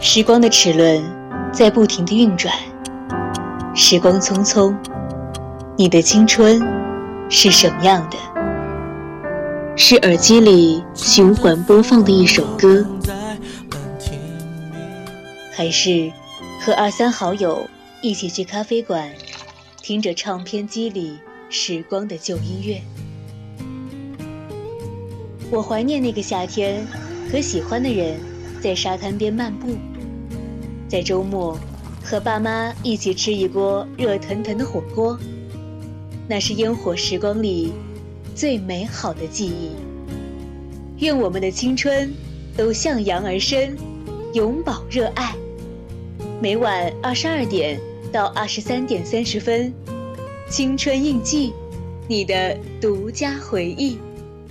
时光的齿轮在不停地运转，时光匆匆，你的青春是什么样的？是耳机里循环播放的一首歌，还是和2、3好友一起去咖啡馆，听着唱片机里时光的旧音乐？我怀念那个夏天，和喜欢的人在沙滩边漫步，在周末和爸妈一起吃一锅热腾腾的火锅，那是烟火时光里最美好的记忆。愿我们的青春都向阳而生，永葆热爱。每晚22点到23点30分，青春印记，你的独家回忆。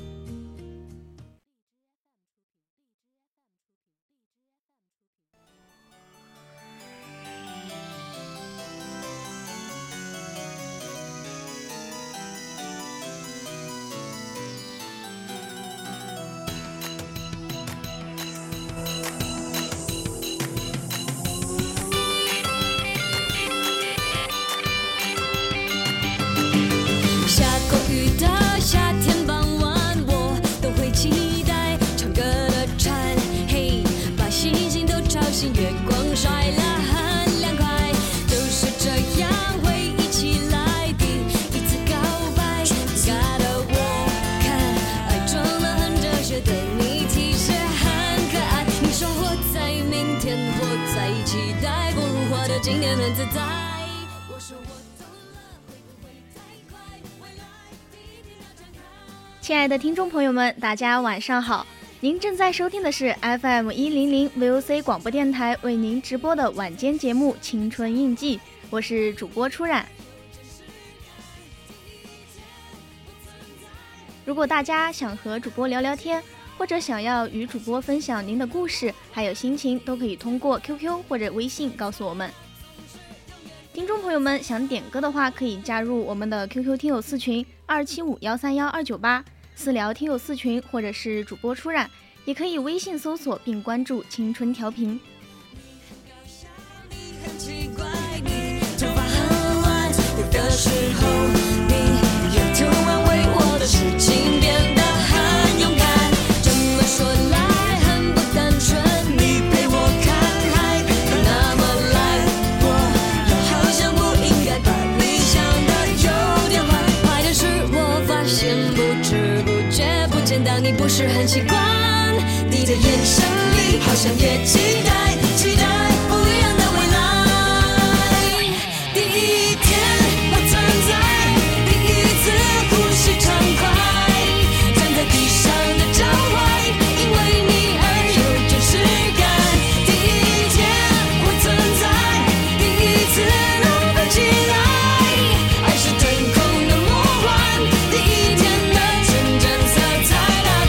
今天很自在。亲爱的听众朋友们，大家晚上好！您正在收听的是 FM100 VOC 广播电台为您直播的晚间节目《青春印记》，我是主播初染。如果大家想和主播聊聊天，或者想要与主播分享您的故事还有心情，都可以通过 QQ 或者微信告诉我们。听众朋友们想点歌的话，可以加入我们的 QQ 听友4群275131298，私聊听友4群，或者是主播初染，也可以微信搜索并关注青春调频。当你不是很习惯，你的眼神里好像也期待不一样的未来。第一天我存在，第一次呼吸畅快，站在地上的脚踝，因为你而有真实感。第一天我存在，第一次能飞起来，爱是腾空的魔幻。第一天的纯真色彩，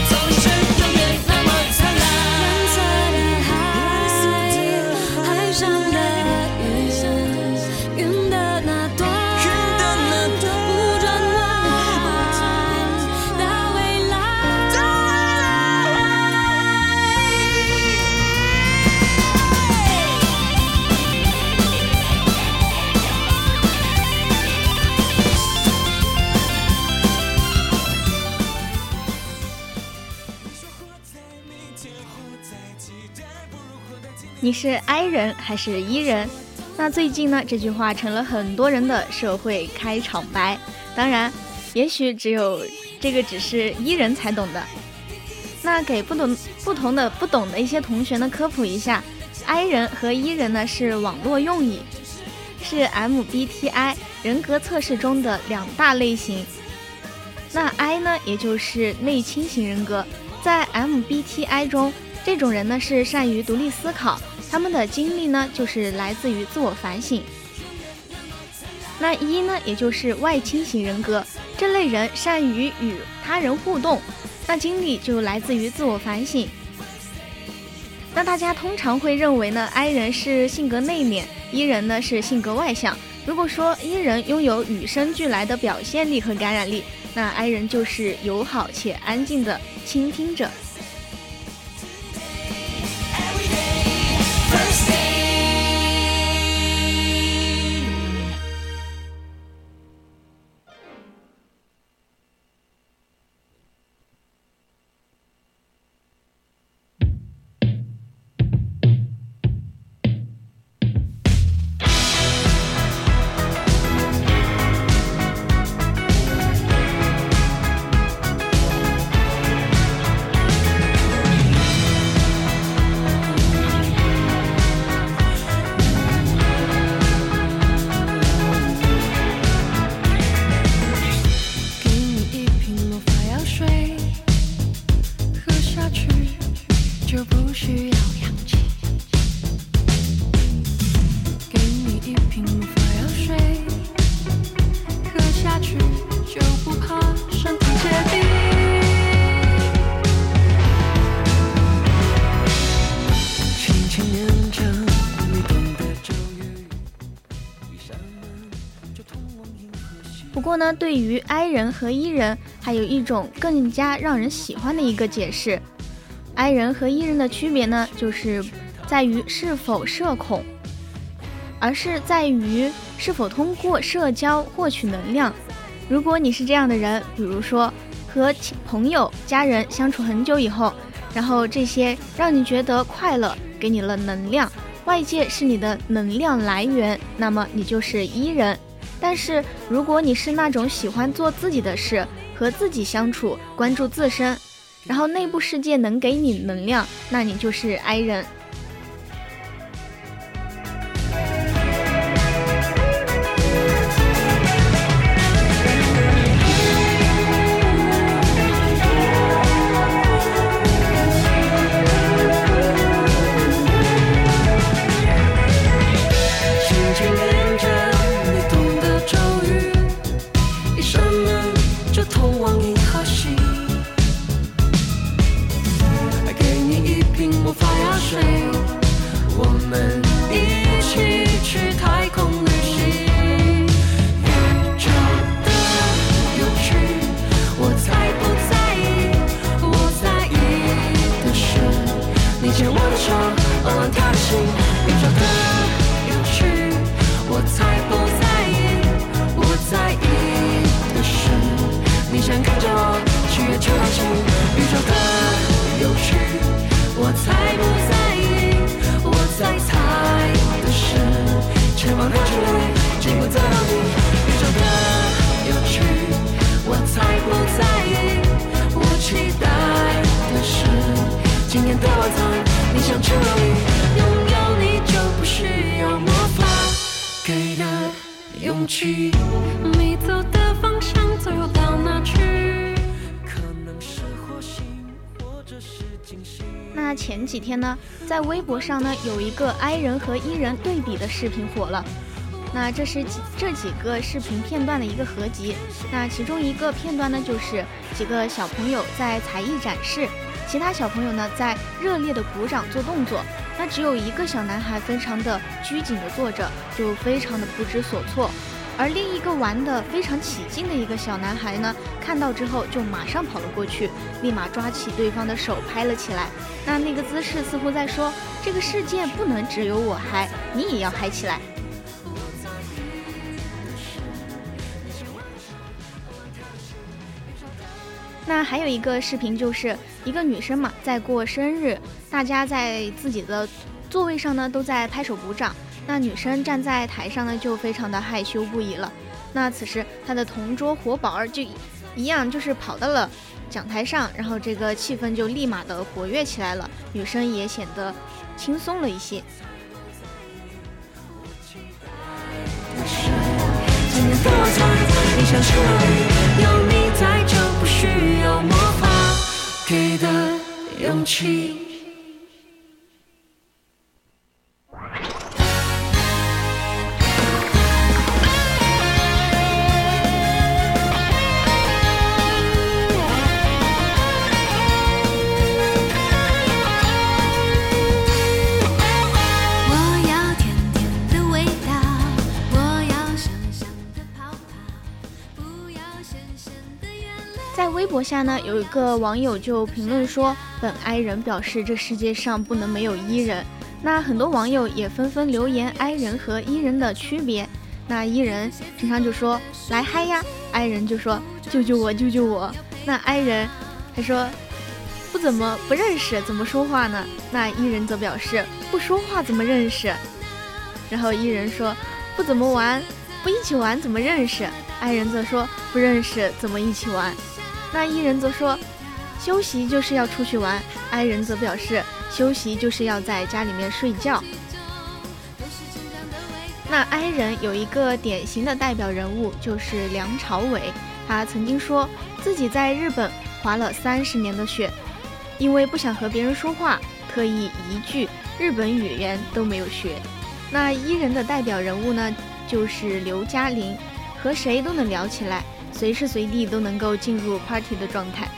你是 I 人还是 E 人？那最近呢，这句话成了很多人的社会开场白。当然，也许只是 E 人才懂的。那给不懂的一些同学呢科普一下 ，I 人和 E 人呢是网络用语，是 MBTI 人格测试中的2大类型。那 I 呢，也就是内倾型人格，在 MBTI 中，这种人呢是善于独立思考，他们的精力呢就是来自于自我反省。那E呢，也就是外倾型人格，这类人善于与他人互动，那精力就来自于自我反省。那大家通常会认为呢 I 人是性格内敛，E 人呢是性格外向。如果说 E 人拥有与生俱来的表现力和感染力，那 I 人就是友好且安静的倾听者。First 就不需要氧气，给你一瓶无法药水，喝下去就不怕身体结冰。轻轻念着你懂得咒语，一扇门就通往银河系。 不过呢，对于 I 人和 E 人还有一种更加让人喜欢的一个解释。I 人和 E 人的区别呢，就是在于是否社恐，而是在于是否通过社交获取能量。如果你是这样的人，比如说和朋友、家人相处很久以后，然后这些让你觉得快乐，给你了能量，外界是你的能量来源，那么你就是 E 人。但是如果你是那种喜欢做自己的事，和自己相处，关注自身，然后内部世界能给你能量，那你就是 I 人。 你走的方向最后到哪去？可能是火星，或者是金星。 那前几天呢，在微博上呢，有一个 I 人和 E 人对比的视频火了。那这是这几个视频片段的一个合集。那其中一个片段呢，就是几个小朋友在才艺展示，其他小朋友呢在热烈的鼓掌做动作。那只有一个小男孩非常的拘谨的坐着，就非常的不知所措。而另一个玩得非常起劲的一个小男孩呢，看到之后就马上跑了过去，立马抓起对方的手拍了起来。那个姿势似乎在说，这个世界不能只有我嗨，你也要嗨起来。那还有一个视频，就是一个女生嘛，在过生日，大家在自己的座位上呢都在拍手鼓掌。那女生站在台上呢，就非常的害羞不已了。那此时她的同桌活宝儿就一样，就是跑到了讲台上，然后这个气氛就立马的活跃起来了，女生也显得轻松了一些。 有你在就不需要魔法给的勇气。 在微博下呢，有一个网友就评论说，本 I 人表示这世界上不能没有 E 人。那很多网友也纷纷留言 I 人和 E 人的区别。那 E 人平常就说来嗨呀， I 人就说救救我救救我。那 I 人还说不认识，怎么说话呢？那 E 人则表示不说话怎么认识？然后 E 人说不怎么玩，不一起玩怎么认识？ I 人则说不认识怎么一起玩？那 E 人则说休息就是要出去玩， I 人则表示休息就是要在家里面睡觉。那 I 人有一个典型的代表人物就是梁朝伟，他曾经说自己在日本滑了30年的雪，因为不想和别人说话， 特意一句日本语言都没有学。那伊人的代表人物呢，就是刘嘉玲，和谁都能聊起来，随时随地都能够进入 party 的状态。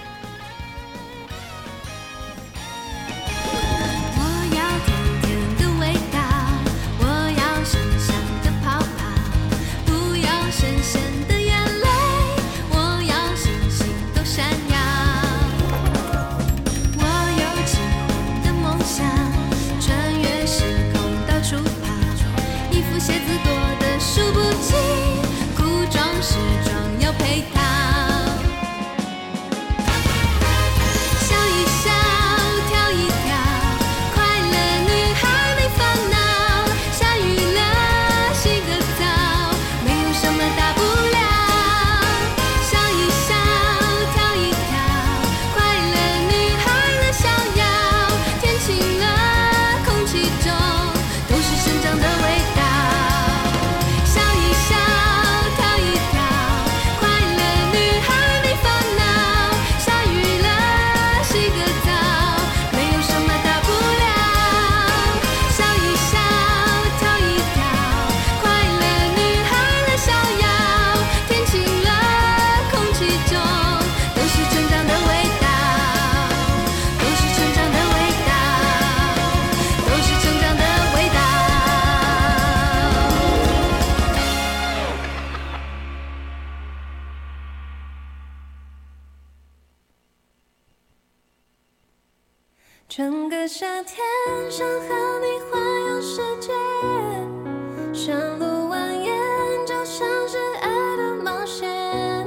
整个夏天想和你环游世界，山路蜿蜒就像是爱的冒险，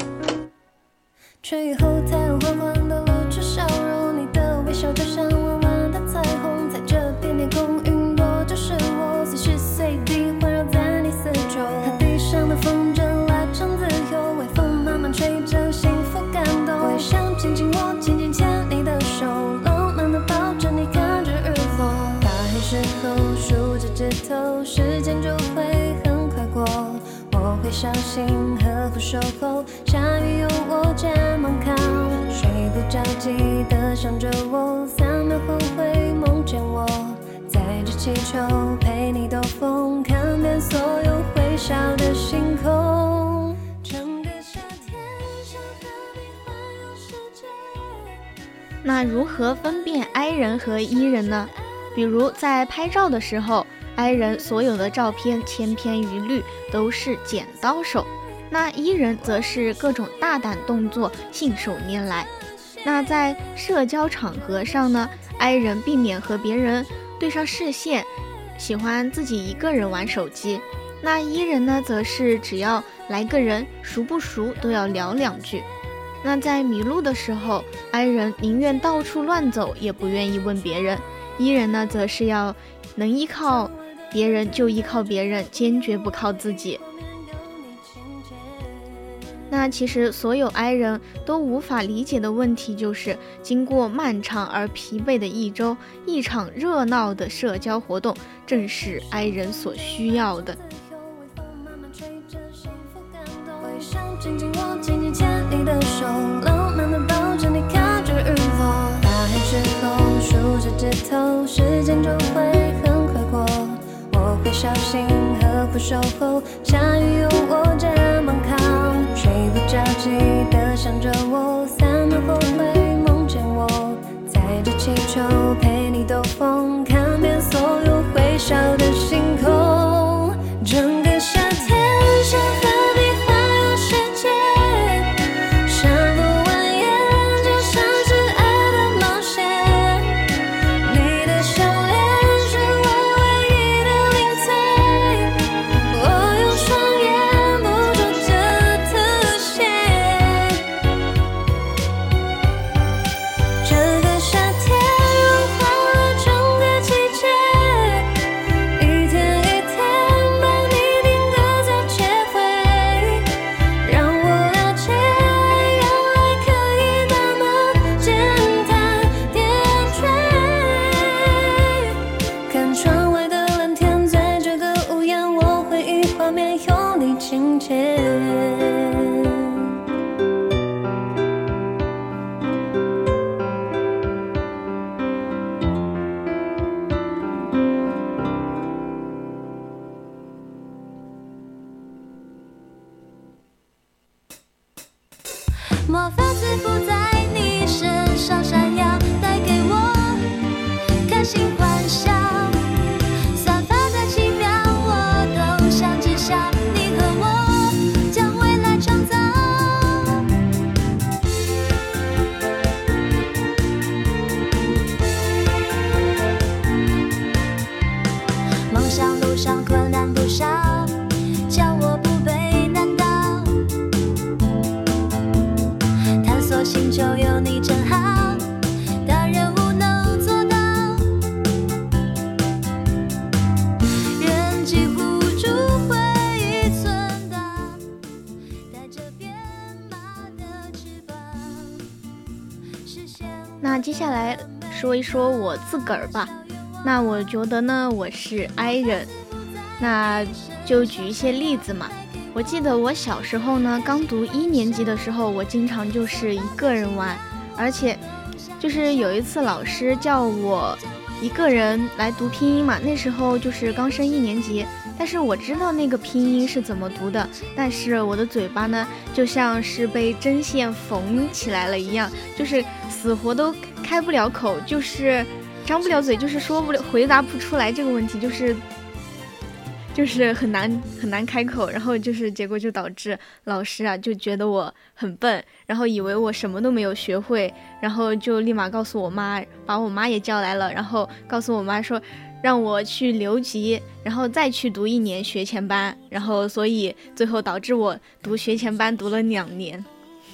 却以后太阳缓缓地露出笑容，你的微笑就像弯弯的彩虹，在这片天空云朵就是我，随时随地环绕在你四周，和地上的风筝拉长自由，微风慢慢吹着幸福感动，我也想紧紧握紧紧牵你的手，抱着你看着日落，大黑时候数着指头，时间就会很快过，我会小心呵护守候，下雨有我肩膀靠，睡不着记得想着我，3秒后会梦见我，载着气球陪你兜风，看遍所有会笑的星空，整个夏天想和你环游世界。 那如何分辨 I 人和 E 人呢？比如在拍照的时候， I 人所有的照片千篇一律都是剪刀手，那 E 人则是各种大胆动作信手拈来。那在社交场合上呢， I 人避免和别人对上视线，喜欢自己一个人玩手机。那 E 人呢，则是只要来个人，熟不熟都要聊2句。那在迷路的时候， I 人宁愿到处乱走，也不愿意问别人。E 人呢，则是要能依靠别人就依靠别人，坚决不靠自己。那其实所有 I 人都无法理解的问题就是，经过漫长而疲惫的一周，一场热闹的社交活动正是 I 人所需要的。 紧紧握紧紧牵你的手，浪漫的抱着你看着日落，大黑之后数着指头，时间就会很快过，我会小心呵护守候，下雨有我肩膀靠，睡不着记得想着我，3秒后会梦见我，载着气球陪你兜风，看遍所有会笑的星空，整个夏天想和你这个夏天融化不在你身上闪耀，带给我开心欢笑，散发的奇妙我都想知晓，你和我将未来创造。梦想路上困难不少，叫我不被难倒，探索星球有你真好，大人物能做到，人机互助回忆存档，带着编码的翅膀，实现。 那接下来说一说我自个儿吧。那我觉得呢，我是 I 人，那就举一些例子嘛。我记得我小时候呢，刚读1年级的时候，我经常就是一个人玩，而且就是有一次老师叫我一个人来读拼音嘛，那时候就是刚升1年级，但是我知道那个拼音是怎么读的，但是我的嘴巴呢，就像是被针线缝起来了一样，就是死活都开不了口，就是张不了嘴，就是说不了，回答不出来这个问题，就是很难开口，然后就是结果就导致老师啊就觉得我很笨，然后以为我什么都没有学会，然后就立马告诉我妈，把我妈也叫来了，然后告诉我妈说让我去留级，然后再去读1年学前班，然后所以最后导致我读学前班读了2年。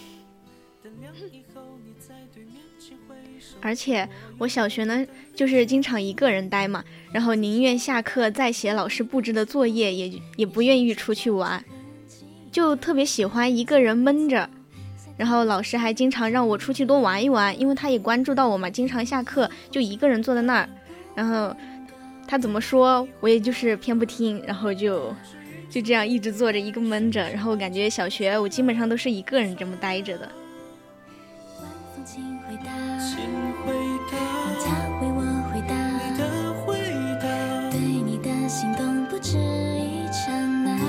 而且我小学呢就是经常一个人待嘛，然后宁愿下课再写老师布置的作业，也不愿意出去玩，就特别喜欢一个人闷着。然后老师还经常让我出去多玩一玩，因为他也关注到我嘛，经常下课就一个人坐在那儿，然后他怎么说我也就是偏不听，然后就这样一直坐着一个闷着，然后感觉小学我基本上都是一个人这么待着的。 请回答，让他为我回答，你的回答，对你的心动不止一刹那。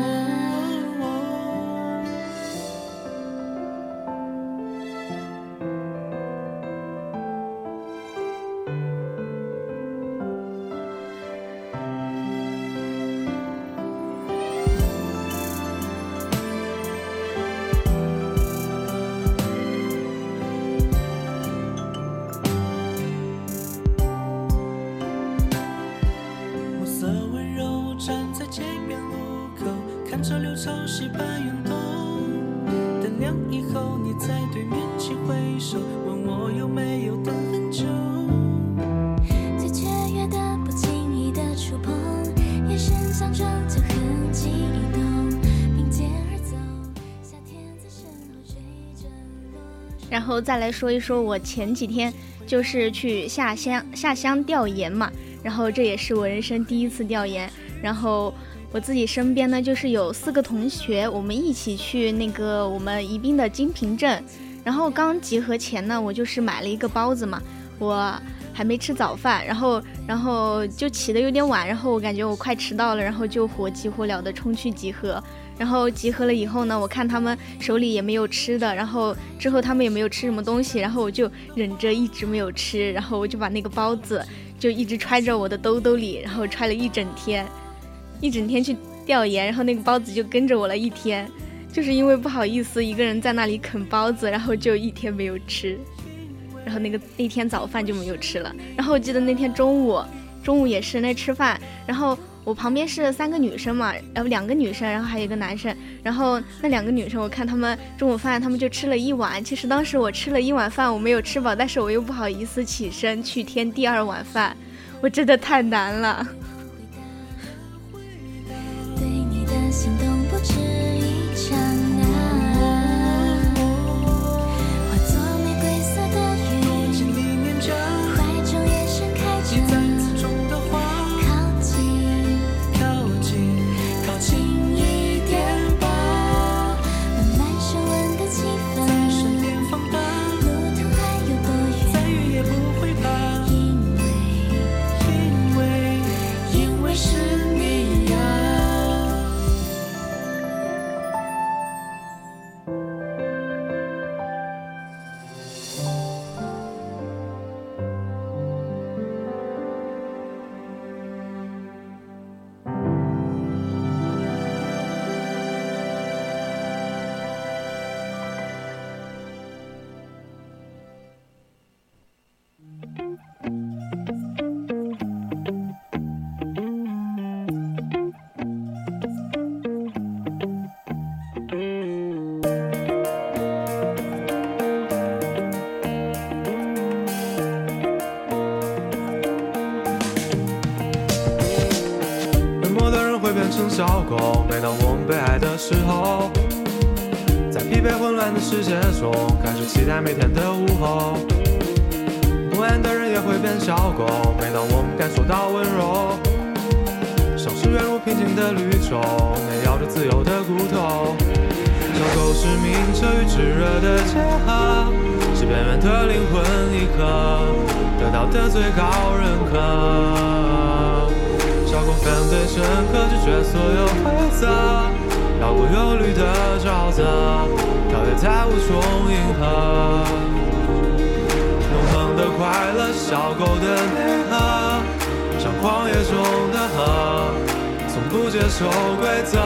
然后再来说一说我前几天就是去下乡调研嘛，然后这也是我人生第一次调研，然后我自己身边呢就是有4个同学，我们一起去那个我们宜宾的金平镇，然后刚集合前呢，我就是买了一个包子嘛，我还没吃早饭，然后就起得有点晚，然后我感觉我快迟到了，然后就火急火燎的冲去集合，然后集合了以后呢，我看他们手里也没有吃的，然后之后他们也没有吃什么东西，然后我就忍着一直没有吃，然后我就把那个包子就一直揣着我的兜兜里，然后揣了一整天去调研，然后那个包子就跟着我了1天，就是因为不好意思一个人在那里啃包子，然后就1天没有吃，然后那天早饭就没有吃了。然后我记得那天中午也是那吃饭，然后我旁边是3个女生嘛，然后2个女生，然后还有一个男生，然后那2个女生我看他们中午饭他们就吃了1碗，其实当时我吃了1碗饭我没有吃饱，但是我又不好意思起身去添第2碗饭，我真的太难了。 对你的心动不止一刹那，化作玫瑰色的云，怀中也盛开着靠近一点吧，慢慢升温的气氛，路途还有多远，再远也不会怕，因为成小狗，每当我们被爱的时候，在疲惫混乱的世界中，开始期待每天的午后。不安的人也会变小狗，每当我们感受到温柔。像是跃入平静的绿洲，那咬着自由的骨头。小狗是明澈与炙热的结合，是边缘的灵魂一刻得到的最高认可。小狗反对深刻，拒绝所有规则，绕过忧虑的沼泽，跳跃在无穷银河。永恒的快乐，小狗的内核，像旷野中的河，从不接受规则。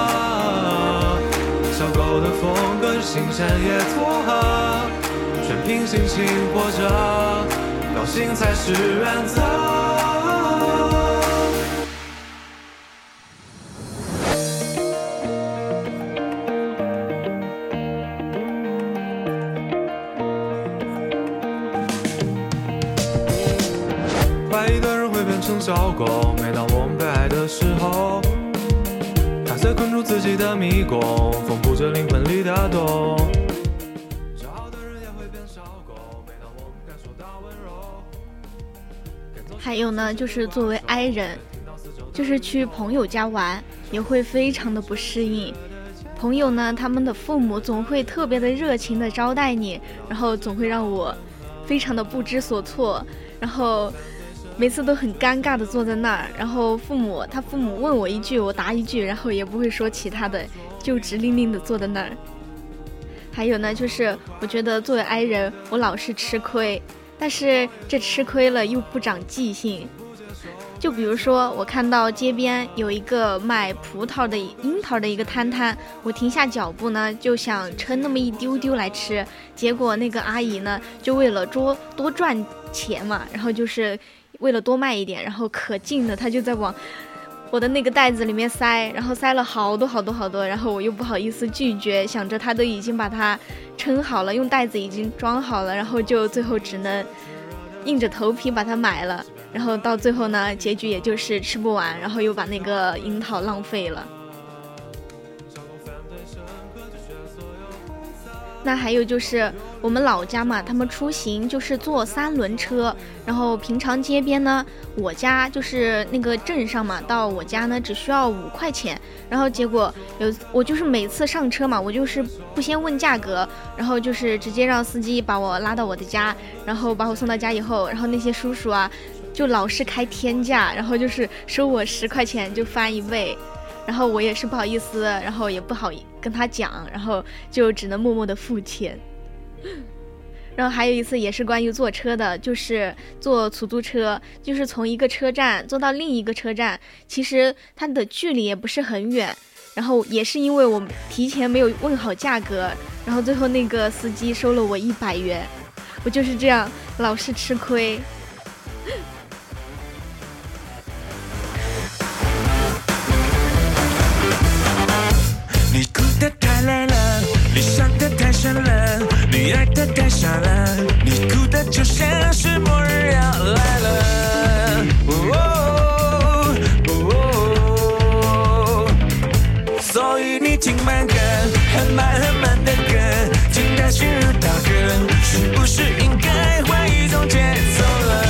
小狗的风格是新鲜也撮合，全凭心情活着，高兴才是原则。怀疑的人会变成小狗，每当我们被爱的时候，它在困住自己的迷宫，缝补着灵魂里的洞。骄傲的人也会变小狗，每当我们感受到温柔。 还有呢，就是作为 I 人，就是去朋友家玩也会非常的不适应。朋友呢，他们的父母总会特别的热情的招待你，然后总会让我非常的不知所措，然后每次都很尴尬的坐在那儿，然后他父母问我一句我答一句，然后也不会说其他的，就直愣愣的坐在那儿。还有呢，就是我觉得作为 I 人，我老是吃亏，但是这吃亏了又不长记性。就比如说我看到街边有一个卖葡萄的樱桃的一个摊，我停下脚步呢，就想称那么一丢丢来吃，结果那个阿姨呢，就为了多赚钱嘛，然后就是为了多卖一点，然后可劲的她就在往我的那个袋子里面塞，然后塞了好多，然后我又不好意思拒绝，想着她都已经把它称好了，用袋子已经装好了，然后就最后只能硬着头皮把它买了，然后到最后呢，结局也就是吃不完，然后又把那个樱桃浪费了。那还有就是我们老家嘛，他们出行就是坐3轮车，然后平常街边呢，我家就是那个镇上嘛，到我家呢只需要5块钱，然后结果我就是每次上车嘛，我就是不先问价格，然后就是直接让司机把我拉到我的家，然后把我送到家以后，然后那些叔叔啊就老是开天价，然后就是收我10块钱就翻1倍，然后我也是不好意思，然后也不好跟他讲，然后就只能默默的付钱。然后还有一次也是关于坐车的，就是坐出租车，就是从一个车站坐到另一个车站，其实它的距离也不是很远，然后也是因为我提前没有问好价格，然后最后那个司机收了我100元，我就是这样老是吃亏。 你哭得太累了，你伤得太深了，你爱得太傻了，你哭得就像是末日要来了。所以你听慢歌，很慢的歌，听它心如刀割，是不是应该换一种节奏了？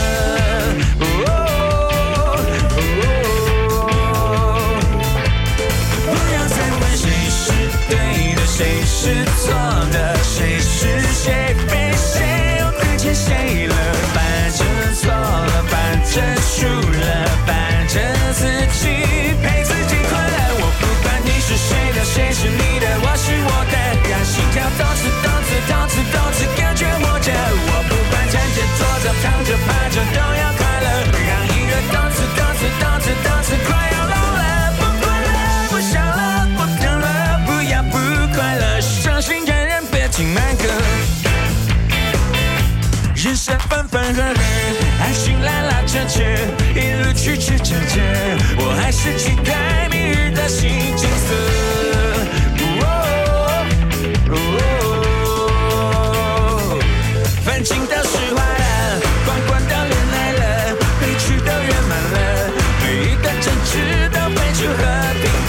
谁是错的，谁是谁被谁又亏欠谁了，反正错了，反正输了，反正自己陪自己快乐。我不管你是谁的，谁是你的，我是我的，让心跳动次感觉活着。我不管站着坐着躺着趴着都要快乐，让音乐动次快要老了，不快乐不想了不疼了，不要不快乐，伤心感人别听慢歌。人生分分合合，爱情拉拉扯扯，一路曲折折折，我还是期待明日的新景色。烦情到释怀了，关关到恋爱了，悲剧都圆满了，每一段争执都飞出和平。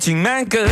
情满格。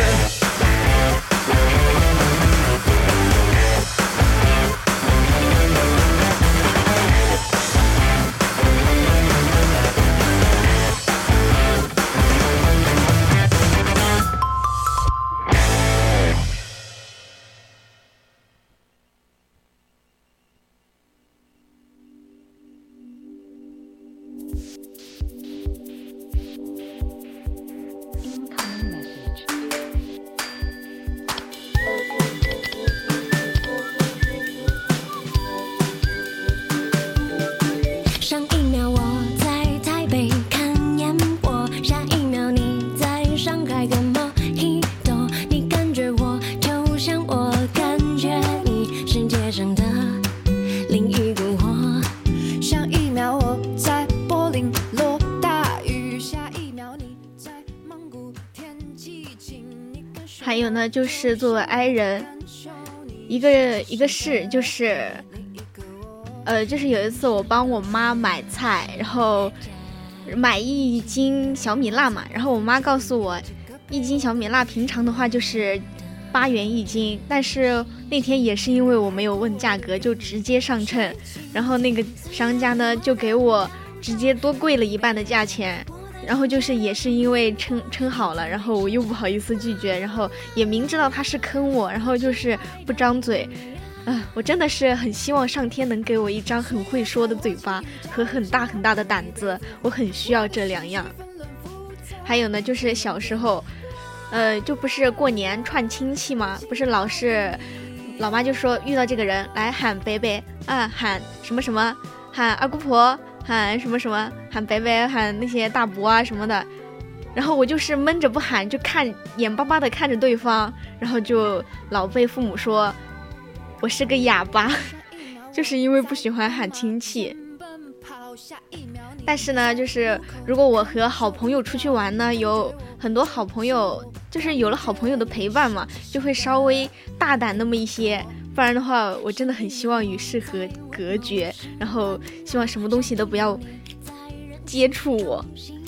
上一秒我在台北看烟火，下一秒你在上海跟莫吉托，你感觉我就像我感觉你，世界上的另一股火。上一秒我在柏林落大雨，下一秒你在蒙古天气晴。 还有呢，就是作为 I 人，一个事就是就是有一次我帮我妈买菜，然后买1斤小米辣嘛，然后我妈告诉我1斤小米辣平常的话就是8元1斤，但是那天也是因为我没有问价格就直接上称，然后那个商家呢就给我直接多贵了1半的价钱，然后就是也是因为称好了，然后我又不好意思拒绝，然后也明知道他是坑我，然后就是不张嘴。我真的是很希望上天能给我一张很会说的嘴巴和很大很大的胆子，我很需要这2样。还有呢，就是小时候，就不是过年串亲戚嘛，不是老是老妈就说遇到这个人来喊伯伯啊，喊什么什么，喊二姑婆，喊什么什么，喊伯伯，喊那些大伯啊什么的。然后我就是闷着不喊，就眼巴巴的看着对方，然后就老被父母说我是个哑巴，就是因为不喜欢喊亲戚。但是呢，就是如果我和好朋友出去玩呢，有很多好朋友，就是有了好朋友的陪伴嘛，就会稍微大胆那么一些，不然的话我真的很希望与世隔绝，然后希望什么东西都不要接触我。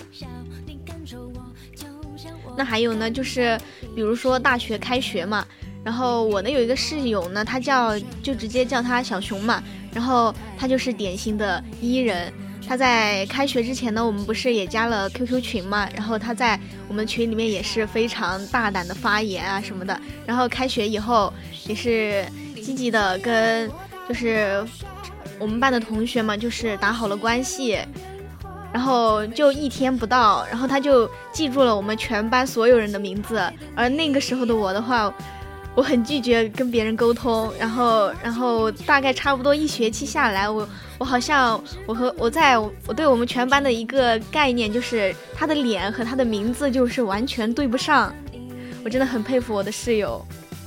那还有呢，就是比如说大学开学嘛，然后我呢有一个室友呢，他就直接叫他小熊嘛，然后他就是典型的E人。他在开学之前呢，我们不是也加了 QQ 群嘛，然后他在我们群里面也是非常大胆的发言啊什么的，然后开学以后也是积极的跟就是我们班的同学嘛，就是打好了关系，然后就1天不到，然后他就记住了我们全班所有人的名字。而那个时候的我的话，我很拒绝跟别人沟通，然后大概差不多1学期下来，我好像我对我们全班的一个概念就是他的脸和他的名字就是完全对不上，我真的很佩服我的室友。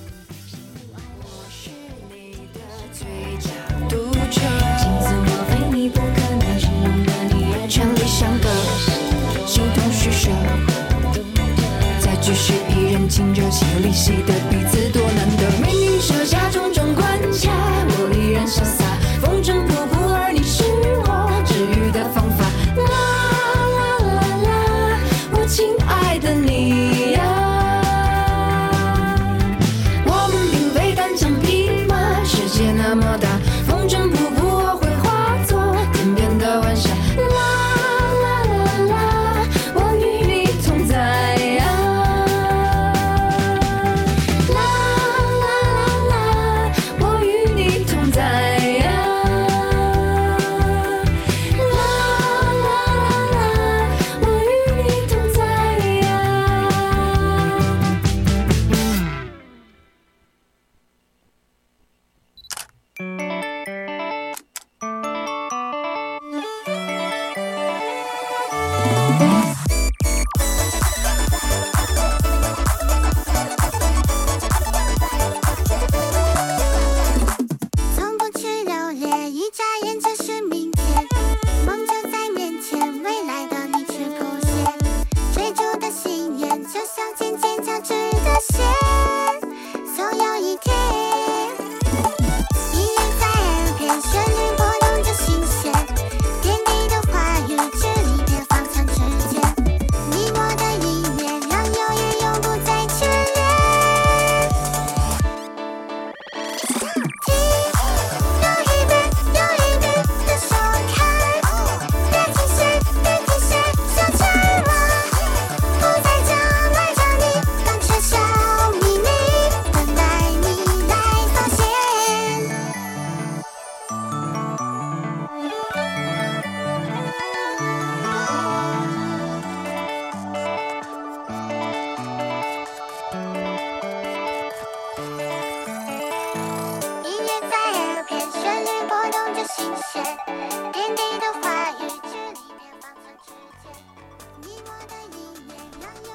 权力相隔，形同虚设，再继续一人情热血离析的彼此多难得。命运设下种种关卡，我依然潇洒，风尘仆仆，而你是我治愈的方法。啦啦啦啦，我亲爱的你呀，我们并非单枪匹马，世界那么大，风尘仆仆，我会化作天边的晚霞。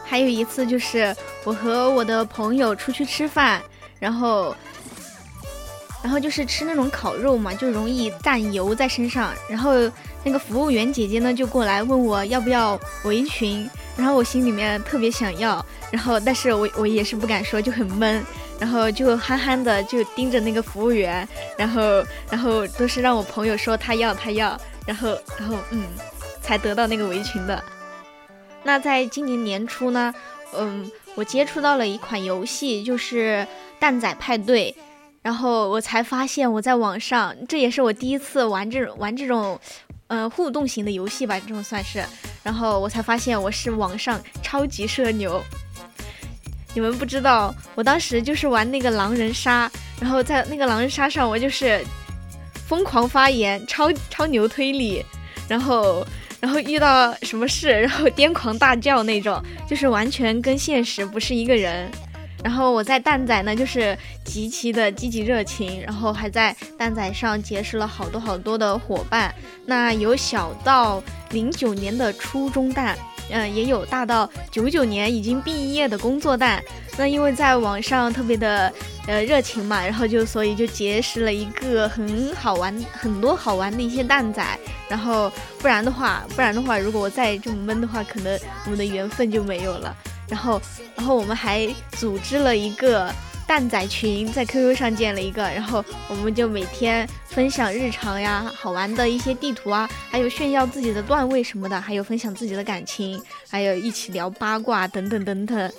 还有一次就是我和我的朋友出去吃饭，然后就是吃那种烤肉嘛，就容易沾油在身上，然后那个服务员姐姐呢就过来问我要不要围裙，然后我心里面特别想要，然后但是我也是不敢说，就很闷，然后就憨憨的就盯着那个服务员，然后都是让我朋友说他要，然后才得到那个围裙的。那在今年年初呢，我接触到了一款游戏，就是蛋仔派对，然后我才发现我在网上，这也是我第一次玩这种互动型的游戏吧，这种算是，然后我才发现我是网上超级社牛。你们不知道，我当时就是玩那个狼人杀，然后在那个狼人杀上我就是疯狂发言，超牛推理，然后遇到什么事然后癫狂大叫那种，就是完全跟现实不是一个人。然后我在蛋仔呢就是极其的积极热情，然后还在蛋仔上结识了好多的伙伴，那有小到09年的初中蛋，也有大到99年已经毕业的工作蛋。那因为在网上特别的热情嘛，然后所以就结识了一个很多好玩的一些蛋仔，然后不然的话如果我再这么闷的话，可能我们的缘分就没有了。然后我们还组织了一个蛋仔群，在 QQ 上建了一个，然后我们就每天分享日常呀，好玩的一些地图啊，还有炫耀自己的段位什么的，还有分享自己的感情，还有一起聊八卦等等。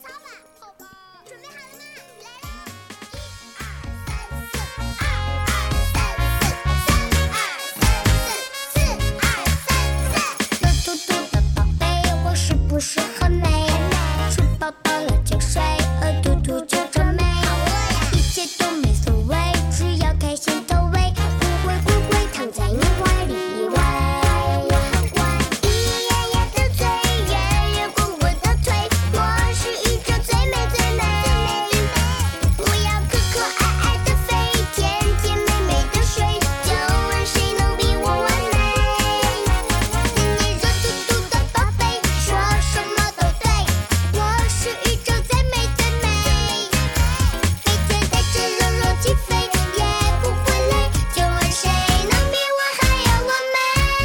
不是很美，吃饱饱了就睡，饿肚肚就皱眉，一切都没所谓，只要开心投喂，不会躺在你怀里依偎。一夜夜的醉，夜月滚我的腿，我是宇宙最美最美。我要可可爱爱的飞，甜甜美美的睡，就问谁能比我完美？你热嘟嘟的宝贝，说什么都对，我是宇宙最美最美。每天带着柔柔起飞，也不会累，就问谁能比我还要完美？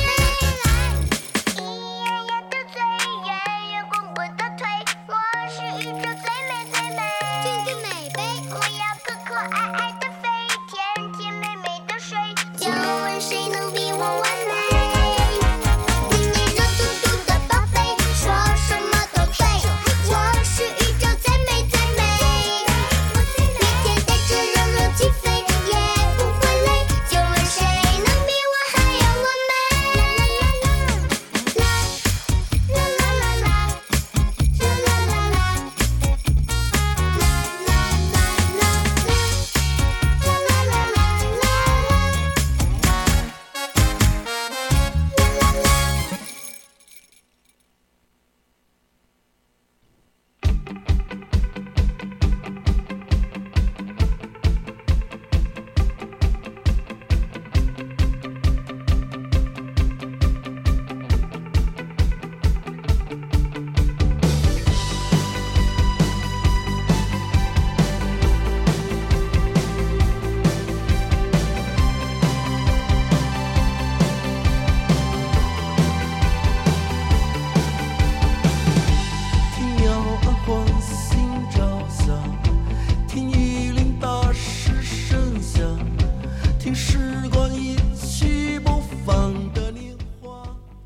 一夜夜的醉，夜月滚我的腿，我是宇宙最美最美。最美杯，我要可可爱爱的飞，甜甜美美的睡，就问谁能比我完美？你热嘟嘟的宝贝，说什么都对，我是宇宙最美最美。每天带着柔柔起飞，也不会累，就问谁能比我还要完美？啦啦啦啦啦啦啦啦啦啦啦听鸟儿唤醒朝霞，听雨林打湿声响，听时光一起播放的年华。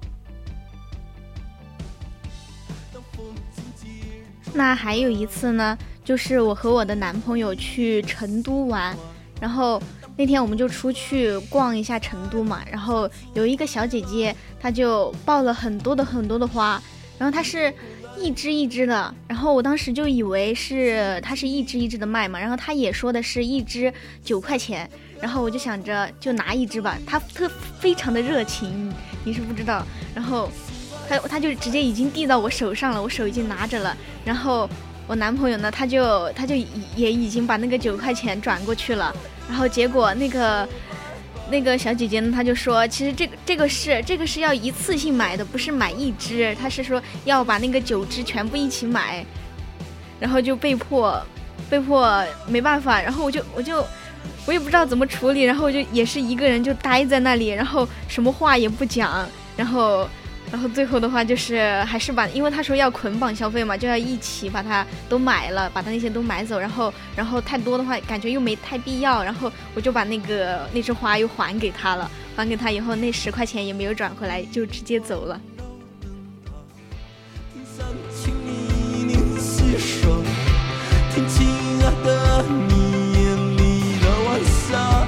当风景接住那还有一次呢，就是我和我的男朋友去成都玩，然后那天我们就出去逛一下成都嘛，然后有一个小姐姐，她就抱了很多的花，然后她是一支一支的，然后我当时就以为是她是一支一支的卖嘛，然后她也说的是一支9块钱，然后我就想着就拿一支吧，她非常的热情，你是不知道，然后他就直接已经递到我手上了，我手已经拿着了，然后我男朋友呢，他就也已经把那个9块钱转过去了，然后结果那个那个小姐姐呢，她就说，其实这个是要一次性买的，不是买一支，她是说要把那个9支全部一起买，然后就被迫没办法，然后我也不知道怎么处理，然后我就也是一个人就待在那里，然后什么话也不讲，然后最后的话就是还是因为他说要捆绑消费嘛，就要一起把它都买了，把它那些都买走，然后太多的话感觉又没太必要，然后我就把那只花又还给他了，还给他以后那10块钱也没有转回来，就直接走了。 听亲爱的你眼里的晚霞，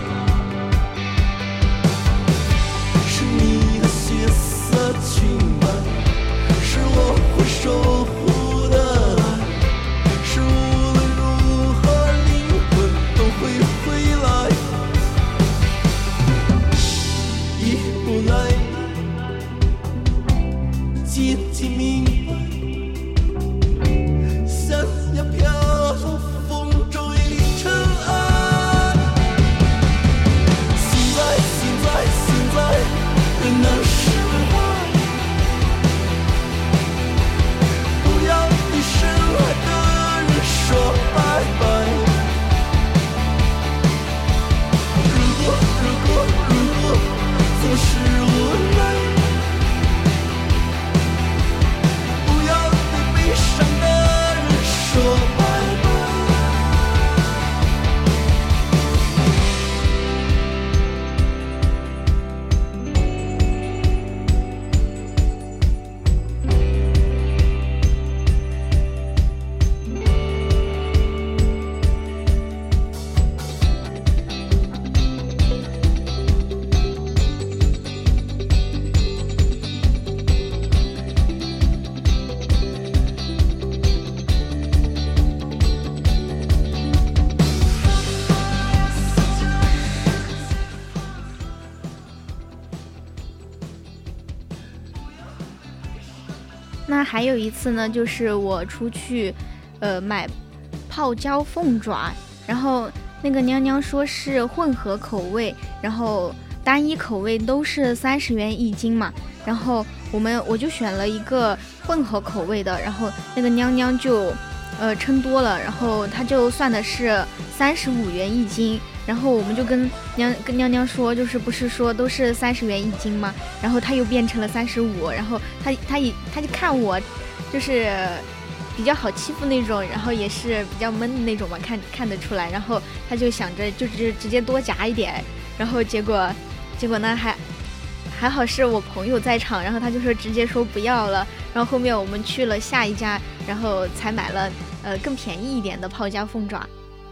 是你的血色裙摆，是我会守护的爱，是无论如何灵魂都会回来，一步来接近明白，想要飘入风中一尘埃，现在仍能释怀，不要对深爱的人说拜拜，如果总是无奈，不要对悲伤的人说拜拜。 那还有一次呢，就是我出去买泡椒凤爪，然后那个娘娘说是混合口味，然后单一口味都是30元一斤嘛，然后我就选了一个混合口味的，然后那个娘娘就称多了，然后她就算的是35元一斤，然后我们就跟娘娘说，就是不是说都是30元一斤吗？然后她又变成了35，然后她就看我就是比较好欺负那种，然后也是比较闷的那种嘛，看得出来，然后她就想着就是直接多夹一点，然后结果呢还好是我朋友在场，然后他就说直接说不要了，然后后面我们去了下一家，然后才买了更便宜一点的泡椒凤爪。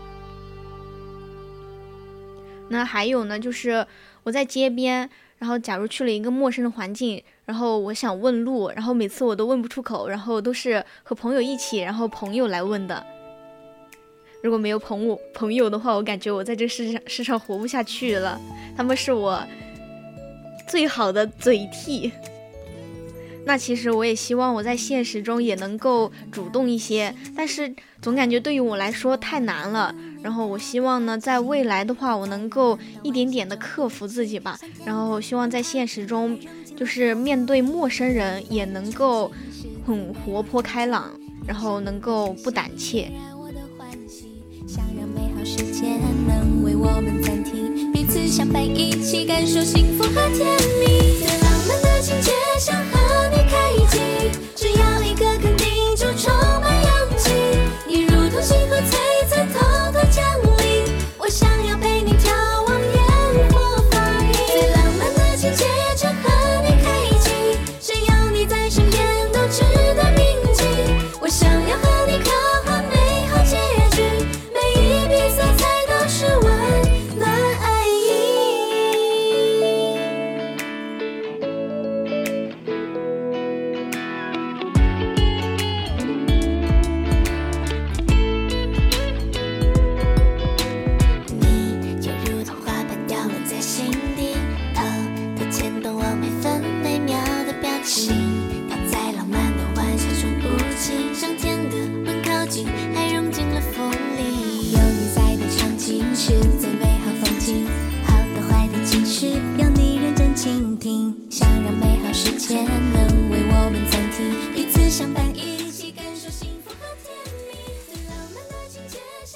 那还有呢，就是我在街边，然后假如去了一个陌生的环境，然后我想问路，然后每次我都问不出口，然后都是和朋友一起，然后朋友来问的。如果没有朋友的话，我感觉我在这世上活不下去了，他们是我最好的嘴替。那其实我也希望我在现实中也能够主动一些，但是总感觉对于我来说太难了，然后我希望呢在未来的话我能够一点点的克服自己吧，然后希望在现实中就是面对陌生人也能够很活泼开朗，然后能够不胆怯。 想让美好时间能为我们暂停，彼此相伴一起感受幸福和甜蜜，最浪漫的情节想和你开启，只要一个肯定就充满勇气，你如同星河璀璨偷偷降临，我想要陪你眺望烟火放映，最浪漫的情节就和你开启，只要你在身边都值得铭记，我想要和你刻画美好结局，每一笔色彩都是温暖爱意。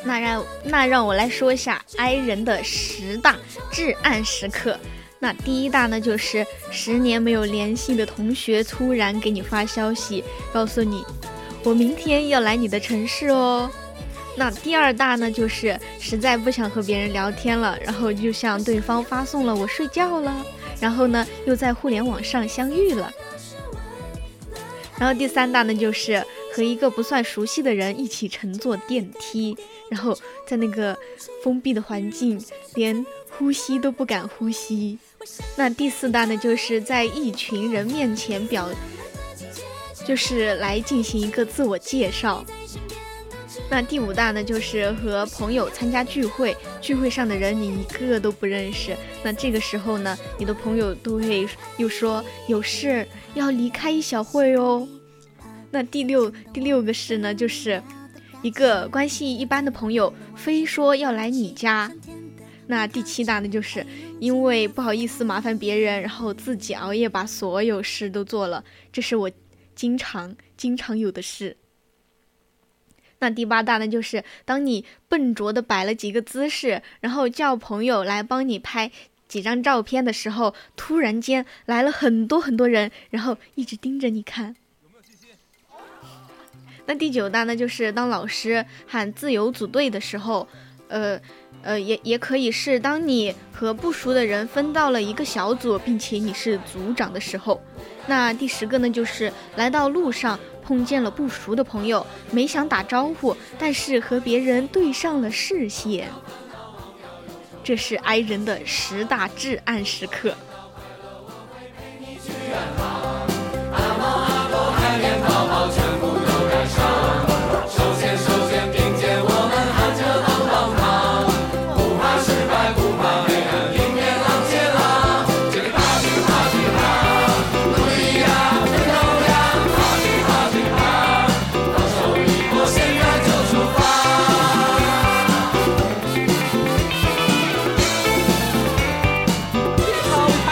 那让我来说一下 I 人的10大至暗时刻。那第一大呢，就是10年没有联系的同学突然给你发消息，告诉你我明天要来你的城市哦。那第二大呢，就是实在不想和别人聊天了，然后就向对方发送了我睡觉了，然后呢又在互联网上相遇了。然后第三大呢，就是和一个不算熟悉的人一起乘坐电梯，然后在那个封闭的环境连呼吸都不敢呼吸。那第四大呢，就是在一群人面前就是来进行一个自我介绍。那第五大呢，就是和朋友参加聚会，聚会上的人你一个都不认识，那这个时候呢，你的朋友都会又说有事要离开一小会哦。那第六个事呢，就是一个关系一般的朋友非说要来你家。那第七大呢，就是因为不好意思麻烦别人，然后自己熬夜把所有事都做了，这是我经常有的事。那第八大呢，就是当你笨拙的摆了几个姿势，然后叫朋友来帮你拍几张照片的时候，突然间来了很多人，然后一直盯着你看。那第九大呢，就是当老师喊自由组队的时候，也可以是当你和不熟的人分到了一个小组，并且你是组长的时候。那第10个呢，就是来到路上碰见了不熟的朋友，没想打招呼，但是和别人对上了视线。这是 I 人的10大至暗时刻。 好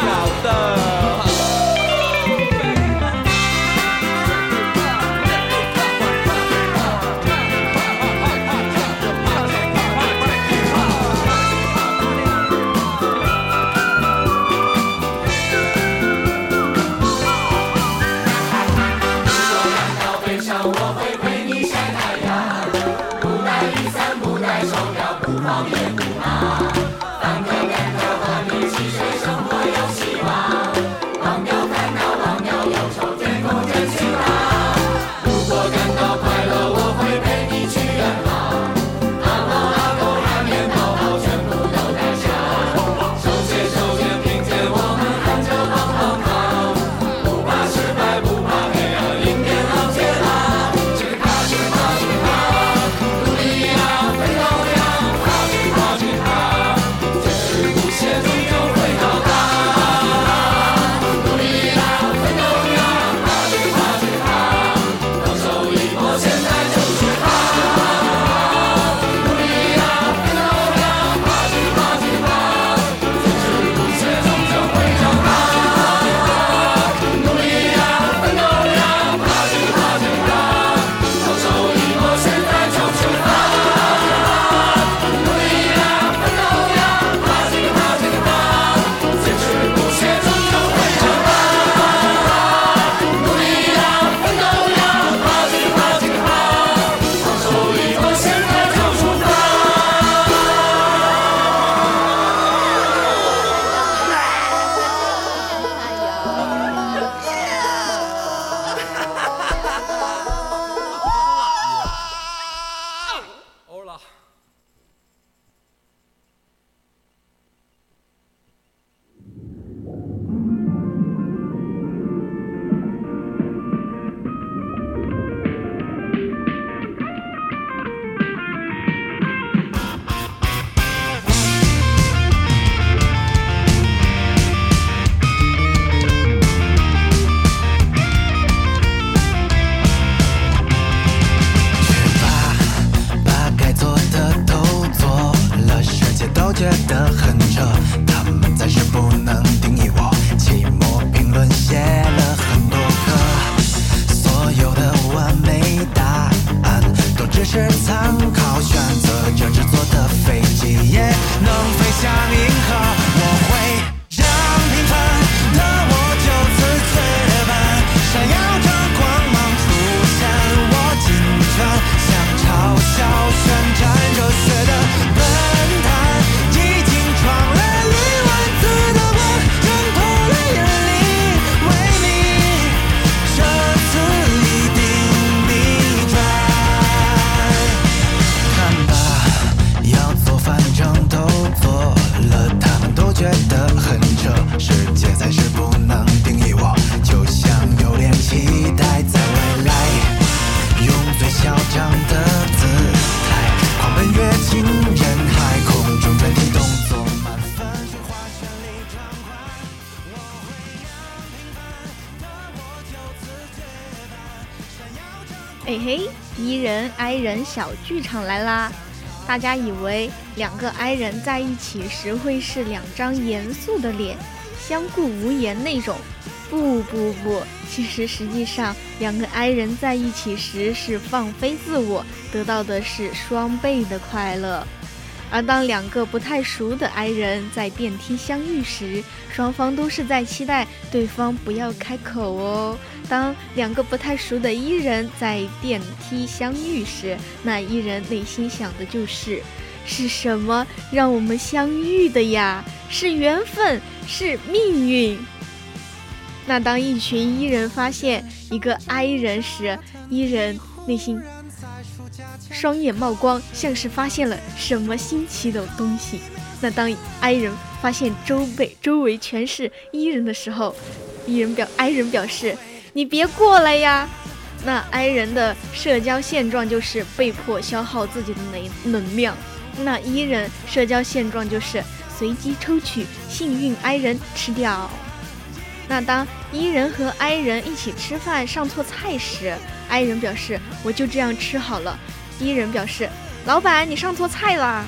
哎嘿，E 人 I 人小剧场来啦！大家以为两个 I 人在一起时会是两张严肃的脸，相顾无言那种。不，其实际上两个 I 人在一起时是放飞自我，得到的是双倍的快乐。而当两个不太熟的 I 人在电梯相遇时，双方都是在期待对方不要开口哦。当两个不太熟的 E 人在电梯相遇时，那 E 人内心想的就是什么让我们相遇的呀？是缘分，是命运。那当一群 E 人发现一个 I 人时，E 人内心双眼冒光，像是发现了什么新奇的东西。那当 I 人发现周围全是 E 人的时候，I 人表示你别过来呀。那 I 人的社交现状就是被迫消耗自己的能量，那 E 人社交现状就是随机抽取幸运 I 人吃掉。那当 E 人和 I 人一起吃饭上错菜时， I 人表示我就这样吃好了， E 人表示老板你上错菜啦。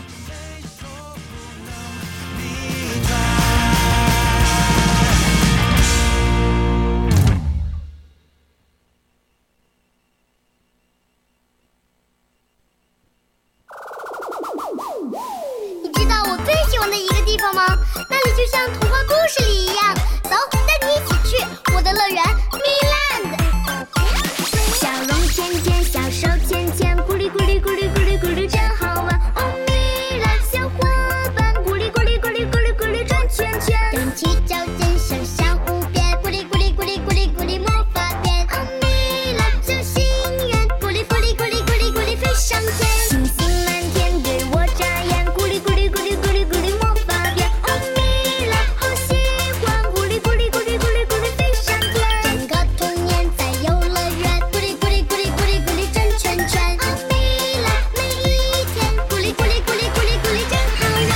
你知道我最喜欢的一个地方吗？那里就像童话故事里一样。走，带你一起去我的乐园 Miland。 小龙甜甜，小手牵牵，咕哩咕哩咕哩咕哩咕哩真好玩。哦，Miland小伙伴，咕哩咕哩咕哩咕哩咕哩转圈圈，踮起脚尖想象无边，咕哩咕哩咕哩咕哩咕哩魔法变。哦，Miland这心愿，咕哩咕哩咕哩咕哩咕哩飞上天，星星满天对我眨眼，咕哩咕哩咕哩咕哩咕哩魔法变。哦，Miland好喜欢，咕哩咕哩咕哩咕哩咕哩飞上天，整个童年在游乐园，咕哩咕哩咕哩咕哩咕哩转圈圈。哦，Miland每一天，咕哩咕哩咕哩咕哩咕哩真好玩。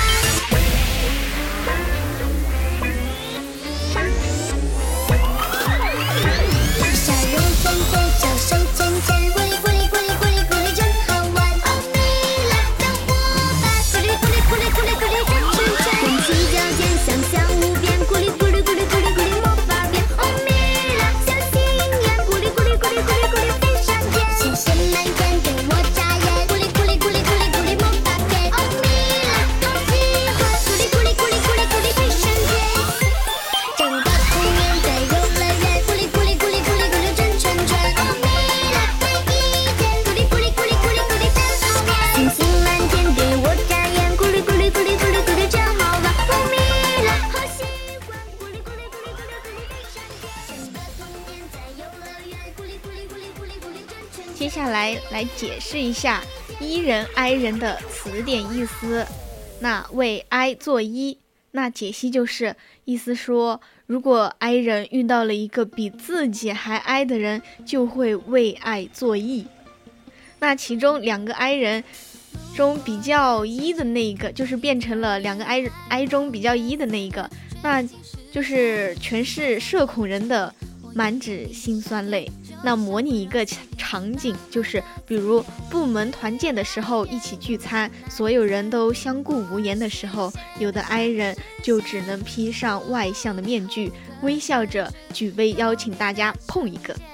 小龙甜甜，小手牵牵，咕哩咕哩咕哩咕哩咕哩真好玩。哦，Miland小伙伴，咕哩咕哩咕哩咕哩咕哩转圈圈，踮起脚尖想象无边，咕哩咕哩咕哩咕哩咕哩魔法变。哦，Miland小心愿，咕哩咕哩咕哩咕哩咕哩飞上天，星星满天对我眨眼，咕哩咕哩咕哩咕哩咕哩魔法变。哦，Miland好喜欢，咕哩咕哩咕哩咕哩咕哩飞上天，整个童年在游乐园，咕哩咕哩咕哩咕哩咕哩转圈圈。哦，Miland每一天，咕哩咕哩咕哩咕哩咕哩真好玩，星星满天对我眨眼，咕哩咕哩咕哩咕哩咕哩真好玩。哦，Miland好喜欢，咕哩咕哩咕哩咕哩咕哩飞上天，整个童年在游乐园，咕哩咕哩咕哩咕哩咕哩转圈圈。 接下来解释一下 E 人 I 人的词典意思。那为 I 做一，那解析就是意思说，如果 I 人遇到了一个比自己还 I 的人，就会为爱做 E。那其中两个 I 人中比较 E 的那一个，就是变成了两个 I 中比较 E 的那一个，那就是全是社恐人的满纸辛酸泪。那模拟一个场景，就是比如部门团建的时候一起聚餐，所有人都相顾无言的时候，有的 I 人就只能披上外向的面具，微笑着举杯邀请大家碰一个。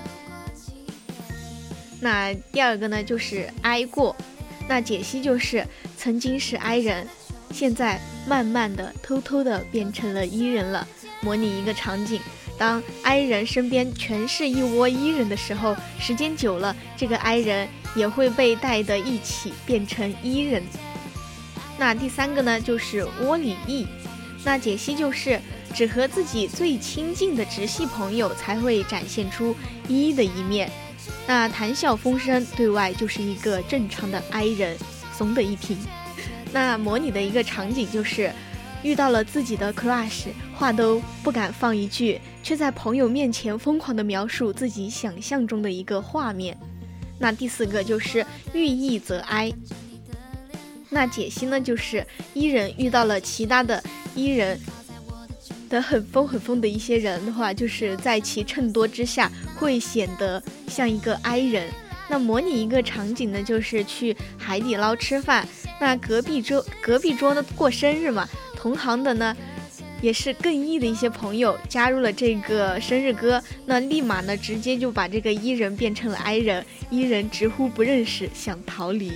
那第二个呢，就是 I 过，那解析就是曾经是 I 人，现在慢慢的偷偷的变成了 E 人了。模拟一个场景，当 I 人身边全是一窝 E 人的时候，时间久了，这个 I 人也会被带的一起变成 E 人。那第三个呢，就是窝里 E， 那解析就是只和自己最亲近的直系朋友才会展现出 E 的一面。那谈笑风生，对外就是一个正常的 I 人，怂的一批。那模拟的一个场景就是遇到了自己的 crush， 话都不敢放一句，却在朋友面前疯狂地描述自己想象中的一个画面。那第四个就是遇 E 则 I， 那解析呢，就是 E 人遇到了其他的 E 人的很疯的一些人的话，就是在其衬托之下会显得像一个 I 人。 那模拟一个场景呢，就是去海底捞吃饭，那隔壁桌呢过生日嘛，同行的呢也是更艺的一些朋友加入了这个生日歌，那立马呢直接就把这个伊人变成了哀人，伊人直呼不认识，想逃离。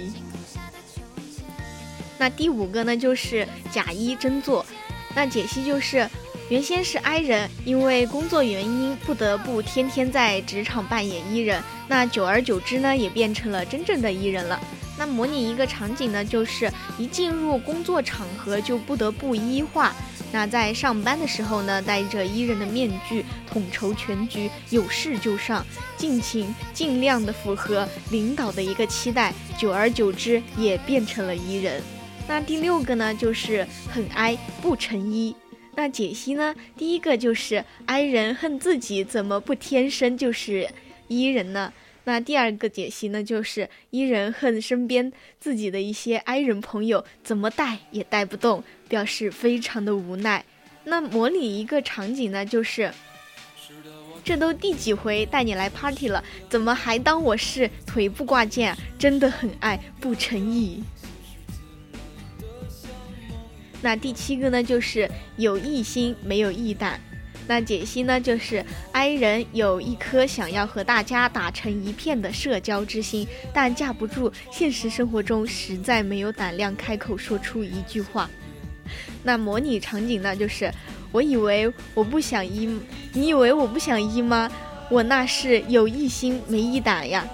那第5个呢就是假医真做，那解析就是原先是哀人，因为工作原因不得不天天在职场扮演伊人，那久而久之呢也变成了真正的伊人了。那模拟一个场景呢，就是一进入工作场合就不得不医化，那在上班的时候呢戴着伊人的面具，统筹全局，有事就上，尽量的符合领导的一个期待，久而久之也变成了伊人。那第6个呢就是很哀不成医，那解析呢，第1个就是哀人恨自己怎么不天生就是伊人呢，那第2个解析呢就是伊人恨身边自己的一些哀人朋友怎么带也带不动，表示非常的无奈。那模拟一个场景呢，就是这都第几回带你来 party 了，怎么还当我是腿部挂件啊，真的很爱不成意。那第7个呢就是有异心没有异胆，那解析呢就是哀人有一颗想要和大家打成一片的社交之心，但架不住现实生活中实在没有胆量开口说出一句话。那模拟场景呢就是我以为我不想医，你以为我不想医吗？我那是有异心没异胆呀。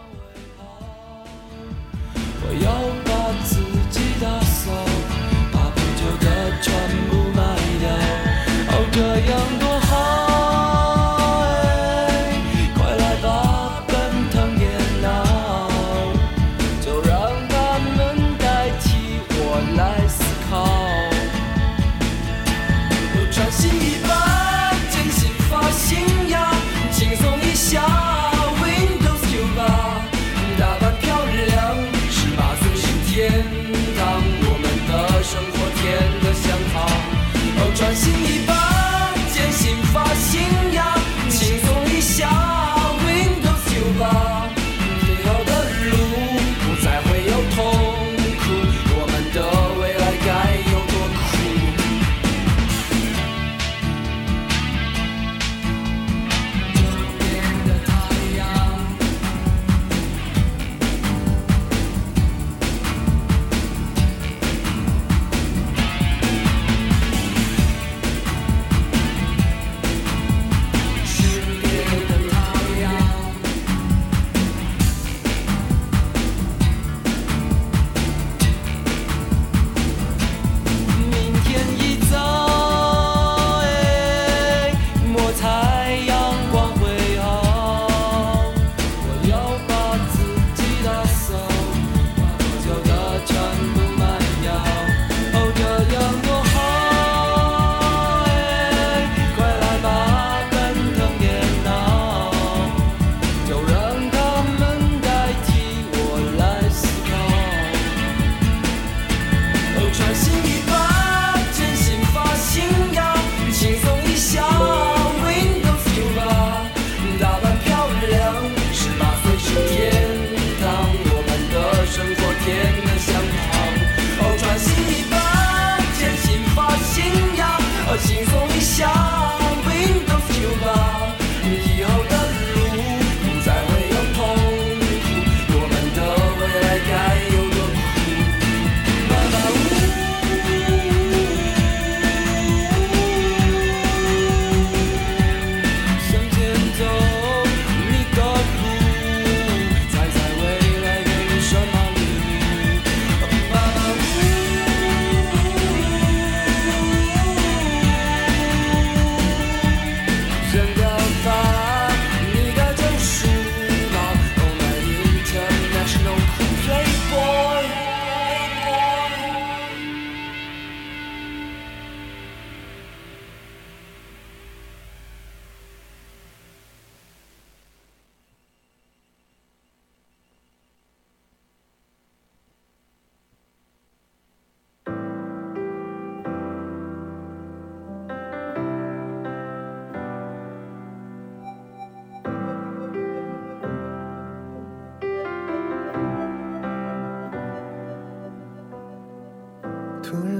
我要把自己打扫，把不久的全部卖掉，哦，这样多好，快来吧，奔腾电脑，就让他们代替我来思考。我穿新衣吧，真心发型呀，轻松一下 Windows 9吧，打扮漂亮，18岁。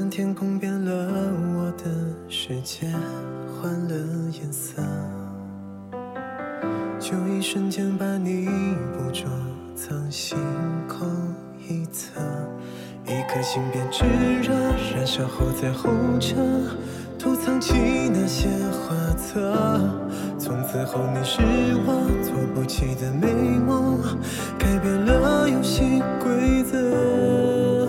让天空变了，我的世界换了颜色，就一瞬间把你捕捉藏心口一侧，一颗心变炙热，燃烧后再红着，偷藏起那些画册，从此后你是我做不起的美梦，改变了游戏规则。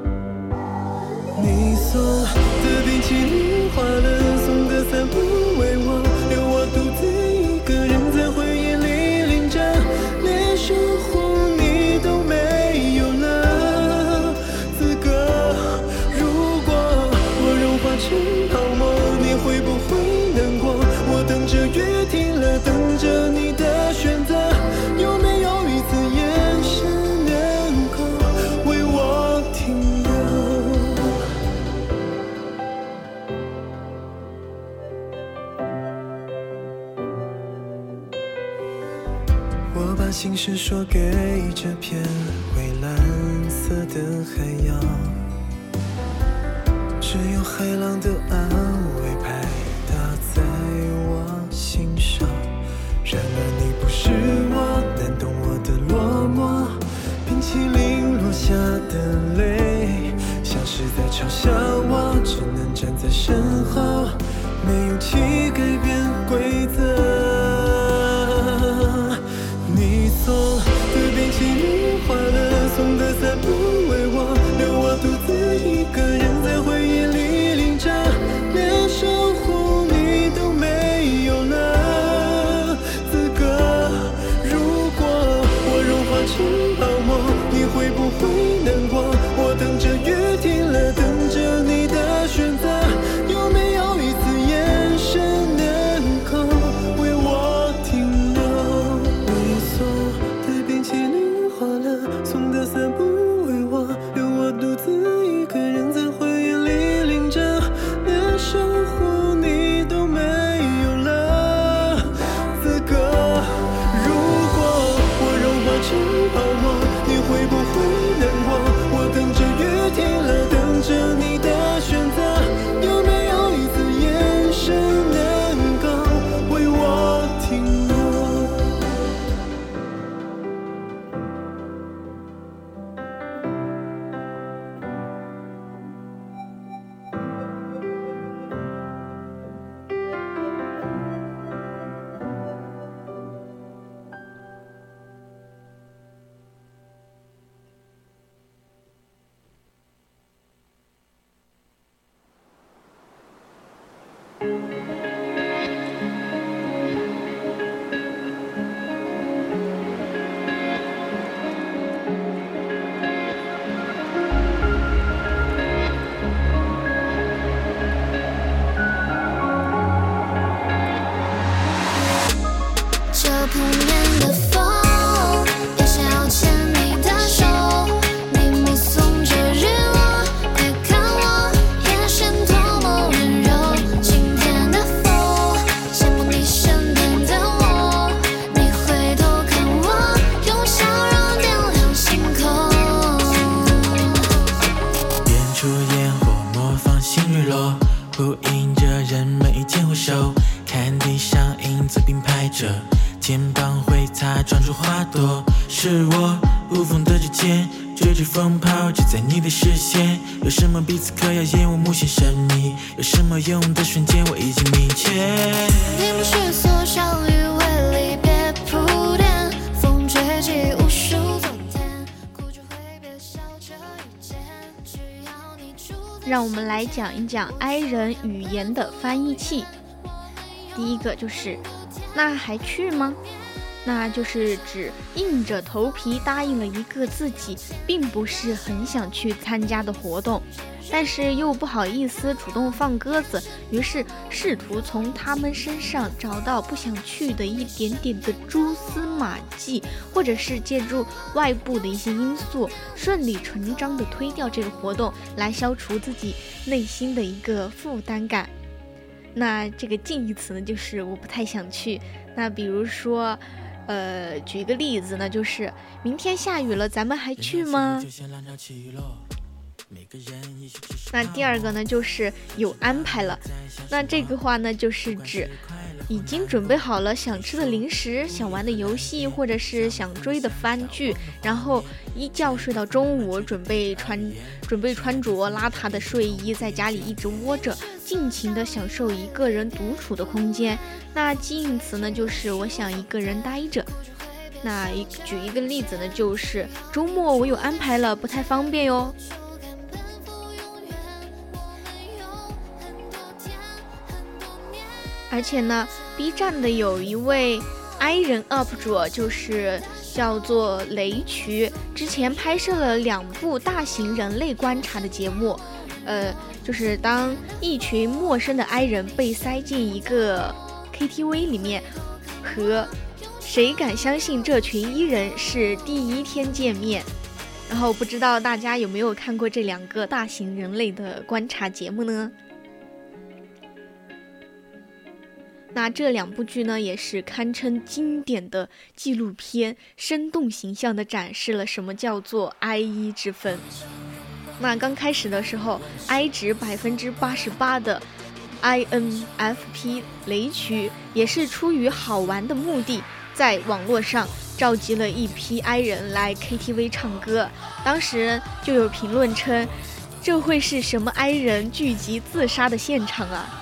你送的冰淇淋化了，送的伞不为我，留我独自一个人在回忆里淋着，连守护你都没有了资格。如果我融化成泡沫，你会不会难过？我等着雨停了，等着你的选择，有没有一次眼神能够为我停留？我把心事说给这片蔚蓝色的海洋，只有海浪的安慰拍打在我心上。然而你不是我，难懂我的落寞，冰淇淋落下的泪，像是在嘲笑我，只能站在身后，没勇气改变规则。你送的冰淇淋化了，送的伞不为我，留我独自一个人在回忆里淋着，连守护你都没有了资格。如果我融化成泡沫，你会不会难过？我等着雨停了，等着你的选择，有没有一次眼神能够为我停留？你送的冰淇淋化了，送的伞不为我，留我独自一个人在回忆里淋着，连守护你都没有了资格。如果我融化成泡沫，你会不会难过？我等着雨停了，等着你的选择，有没有一次眼神能够为我停留？ 这扑面的风，也想要牵你的手，你目送着日落，快看我眼神多么温柔。今天的风，羡慕你身边的我，你回头看我，用笑容点亮星空。 演出烟火，模仿新日落，呼应着人们一见回首，看地上影子并排着，肩膀会擦撞出花朵，是我无缝的指尖，追着风跑，只在你的视线。有什么彼此可谣言，我目显神秘；有什么用的瞬间，我已经明确。 你不是所想与为离别铺垫，风吹起无数昨天，哭着挥别笑着遇见，只要你住在让我们来讲一讲 I 人语言的翻译器。第一个就是那还去吗？那就是指硬着头皮答应了一个自己并不是很想去参加的活动，但是又不好意思主动放鸽子，于是试图从他们身上找到不想去的一点点的蛛丝马迹，或者是借助外部的一些因素顺理成章地推掉这个活动，来消除自己内心的一个负担感。那这个近义词呢，就是我不太想去。那比如说举一个例子呢，就是明天下雨了，咱们还去吗？ 那第二个呢，就是有安排了。那这个话呢，就是指已经准备好了想吃的零食、想玩的游戏，或者是想追的番剧，然后一觉睡到中午，准备穿着邋遢的睡衣，在家里一直窝着，尽情的享受一个人独处的空间。那近义词呢，就是我想一个人待着。那举一个例子呢，就是周末我有安排了，不太方便哟。而且呢 B 站的有一位 I 人 UP 主，就是叫做雷渠，之前拍摄了2部大型人类观察的节目，就是当一群陌生的 I 人被塞进一个 KTV 里面，和谁敢相信这群 E 人是第一天见面。然后不知道大家有没有看过这2个大型人类的观察节目呢？那这2部剧呢，也是堪称经典的纪录片，生动形象地展示了什么叫做 I 之分。那刚开始的时候 ，I 值88%的 INFP 雷渠也是出于好玩的目的，在网络上召集了一批 I 人来 KTV 唱歌。当时就有评论称，这会是什么 I 人聚集自杀的现场啊？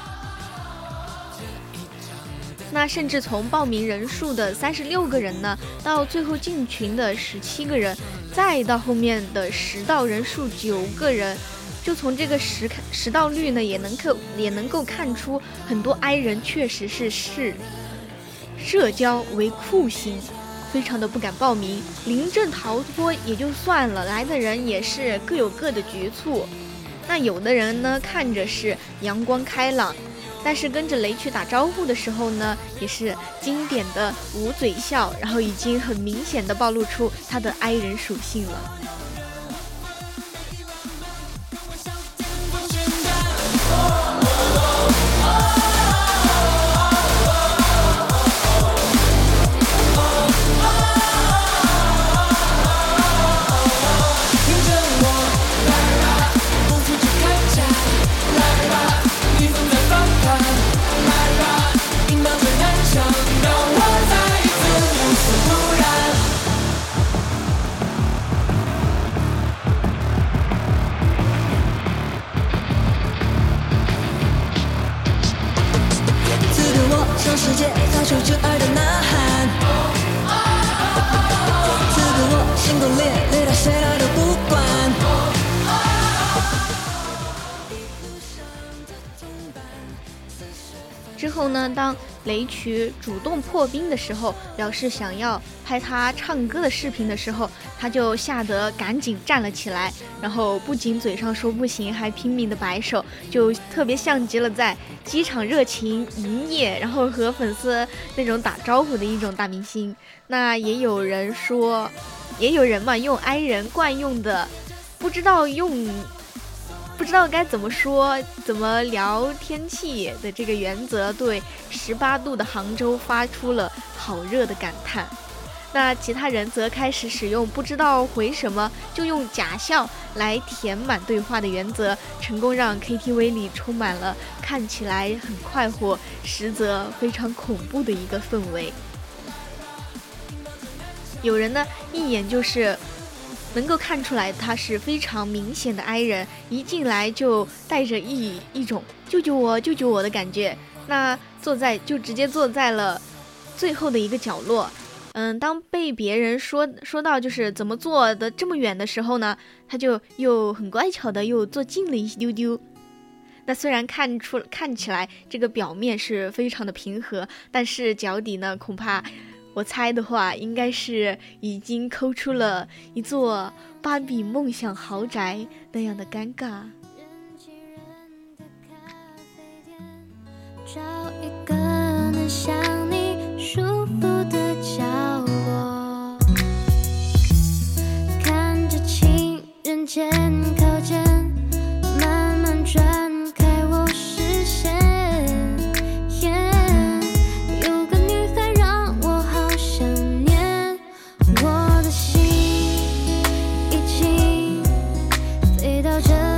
那甚至从报名人数的36个人呢，到最后进群的17个人，再到后面的实到人数9个人，就从这个实到率呢，也能够看出很多 I 人确实是社交为酷刑，非常的不敢报名，临阵逃脱也就算了，来的人也是各有各的局促。那有的人呢，看着是阳光开朗，但是跟着雷渠打招呼的时候呢，也是经典的捂嘴笑，然后已经很明显的暴露出他的 I 人属性了。 向世界发出挚爱的呐喊，此刻我心动烈烈到谁来都不管。 之后呢，当雷渠主动破冰的时候，表示想要拍他唱歌的视频的时候，他就吓得赶紧站了起来，然后不仅嘴上说不行，还拼命的摆手，就特别像极了在机场热情营业，然后和粉丝那种打招呼的一种大明星。那也有人嘛用 I 人惯用的不知道该怎么说怎么聊天气的这个原则，对18度的杭州发出了好热的感叹。那其他人则开始使用不知道回什么就用假笑来填满对话的原则，成功让 KTV 里充满了看起来很快活，实则非常恐怖的一个氛围。有人呢一眼就是能够看出来他是非常明显的 I 人，一进来就带着一种救救我的感觉。那就直接坐在了最后的一个角落。当被别人说到就是怎么坐的这么远的时候呢，他就又很乖巧的又坐近了一丢丢。那虽然看起来这个表面是非常的平和，但是脚底呢，恐怕我猜的话，应该是已经抠出了一座芭比梦想豪宅那样的尴尬。 找一个能像你舒服的角落，看着情人间靠近，慢慢转开我视线。有个女孩让我好想念，我的心已经飞到这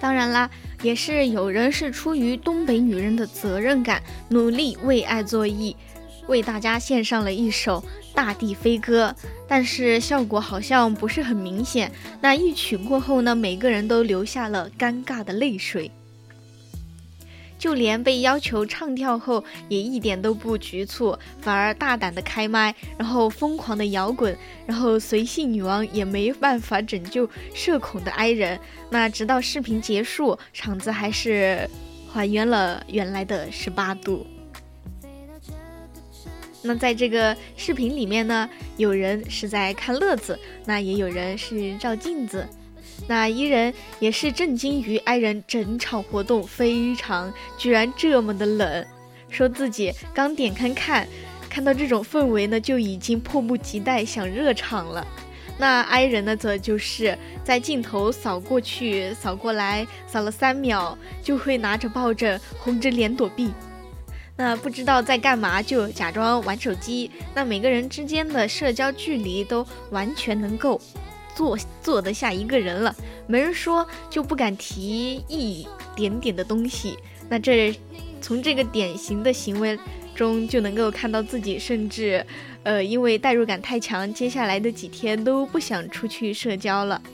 当然啦，也是有人是出于东北女人的责任感，努力为爱作义，为大家献上了一首《大地飞歌》，但是效果好像不是很明显。那一曲过后呢，每个人都流下了尴尬的泪水，就连被要求唱跳后也一点都不局促，反而大胆的开麦，然后疯狂的摇滚，然后随性女王也没办法拯救社恐的哀人。那直到视频结束，场子还是还原了原来的18度。那在这个视频里面呢，有人是在看乐子，那也有人是照镜子。那伊人也是震惊于哀人整场活动居然这么的冷，说自己刚点开看到这种氛围呢，就已经迫不及待想热场了。那哀人呢，则就是在镜头扫过去扫过来，扫了3秒，就会拿着抱枕红着脸躲避。那不知道在干嘛，就假装玩手机。那每个人之间的社交距离都完全能够坐得下一个人了，没人说就不敢提一点点的东西。那从这个典型的行为中就能够看到自己甚至因为代入感太强，接下来的几天都不想出去社交了。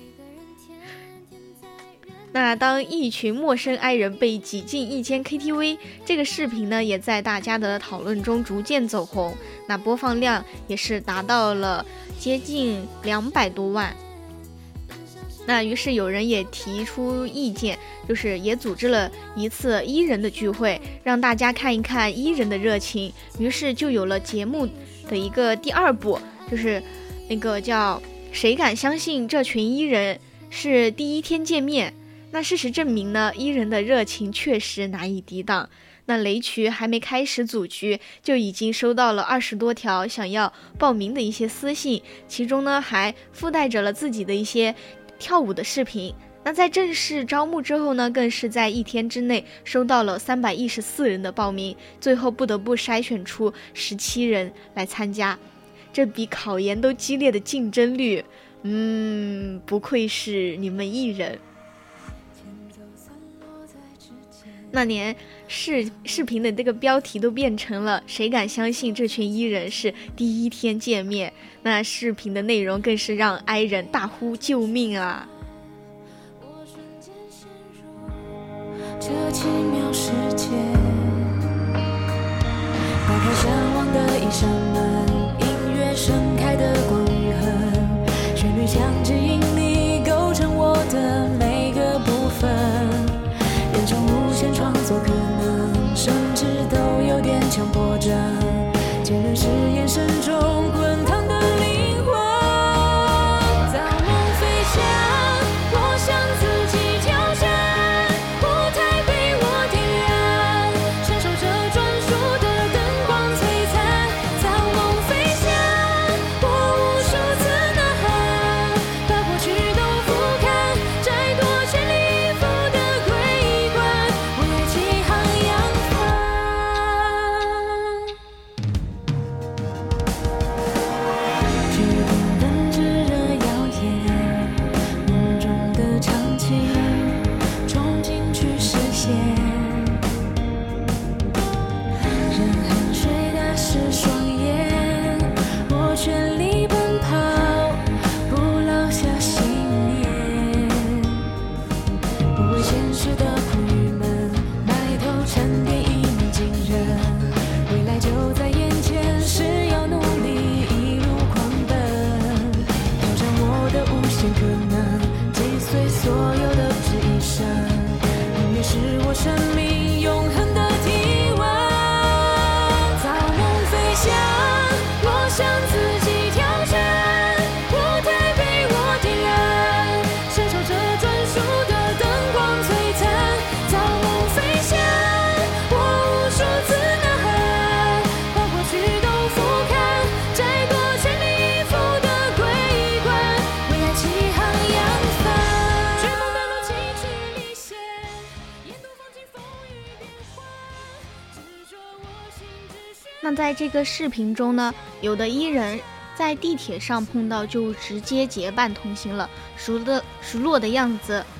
那当一群陌生哀人被挤进一间 KTV， 这个视频呢也在大家的讨论中逐渐走红，那播放量也是达到了接近200多万。那于是有人也提出意见，就是也组织了一次伊人的聚会，让大家看一看伊人的热情。于是就有了节目的一个第2部，就是那个叫谁敢相信这群伊人是第一天见面。那事实证明呢，伊人的热情确实难以抵挡。那雷渠还没开始组局，就已经收到了20多条想要报名的一些私信，其中呢还附带着了自己的一些跳舞的视频。那在正式招募之后呢，更是在1天之内收到了314人的报名，最后不得不筛选出17人来参加。这比考研都激烈的竞争率，不愧是你们艺人。那连视频的这个标题都变成了谁敢相信这群伊人是第一天见面。那视频的内容更是让哀人大呼救命啊。 这奇妙世界，打开向往的一扇门，音乐盛开的光与痕，旋律像指引你构成我的每个部分，变成无限创作可能，甚至都有点强迫症，坚韧是眼神中滚烫的灵魂。造梦飞翔，我向自己挑战，舞台被我点燃，享受着专属的灯光璀璨。造梦飞翔，我无数次呐喊，把过去都俯瞰，摘夺全力以赴的桂冠，为爱起航扬帆。剧本等炙热谣言，梦中的场景冲进去实现，任汗水打湿双眼，我全力奔跑，不落下信念，不为现实的苦与闷，埋头沉淀一鸣惊人，未来就在眼前，是要努力一路狂奔，挑战我的无限可能，击碎所有的质疑声，音乐是我生命永恒的体温。造梦飞翔，我向自己挑战，舞台被我点燃，享受着专属的灯光璀璨。造梦飞翔，我无数次呐喊，把过去都俯瞰，摘夺全力以赴的桂冠，为爱起航扬帆。追梦的路崎岖历险，沿途风景风雨变幻，执着我心之弦。 那在这个视频中呢，有的伊人在地铁上碰到就直接结伴同行了，熟络的样子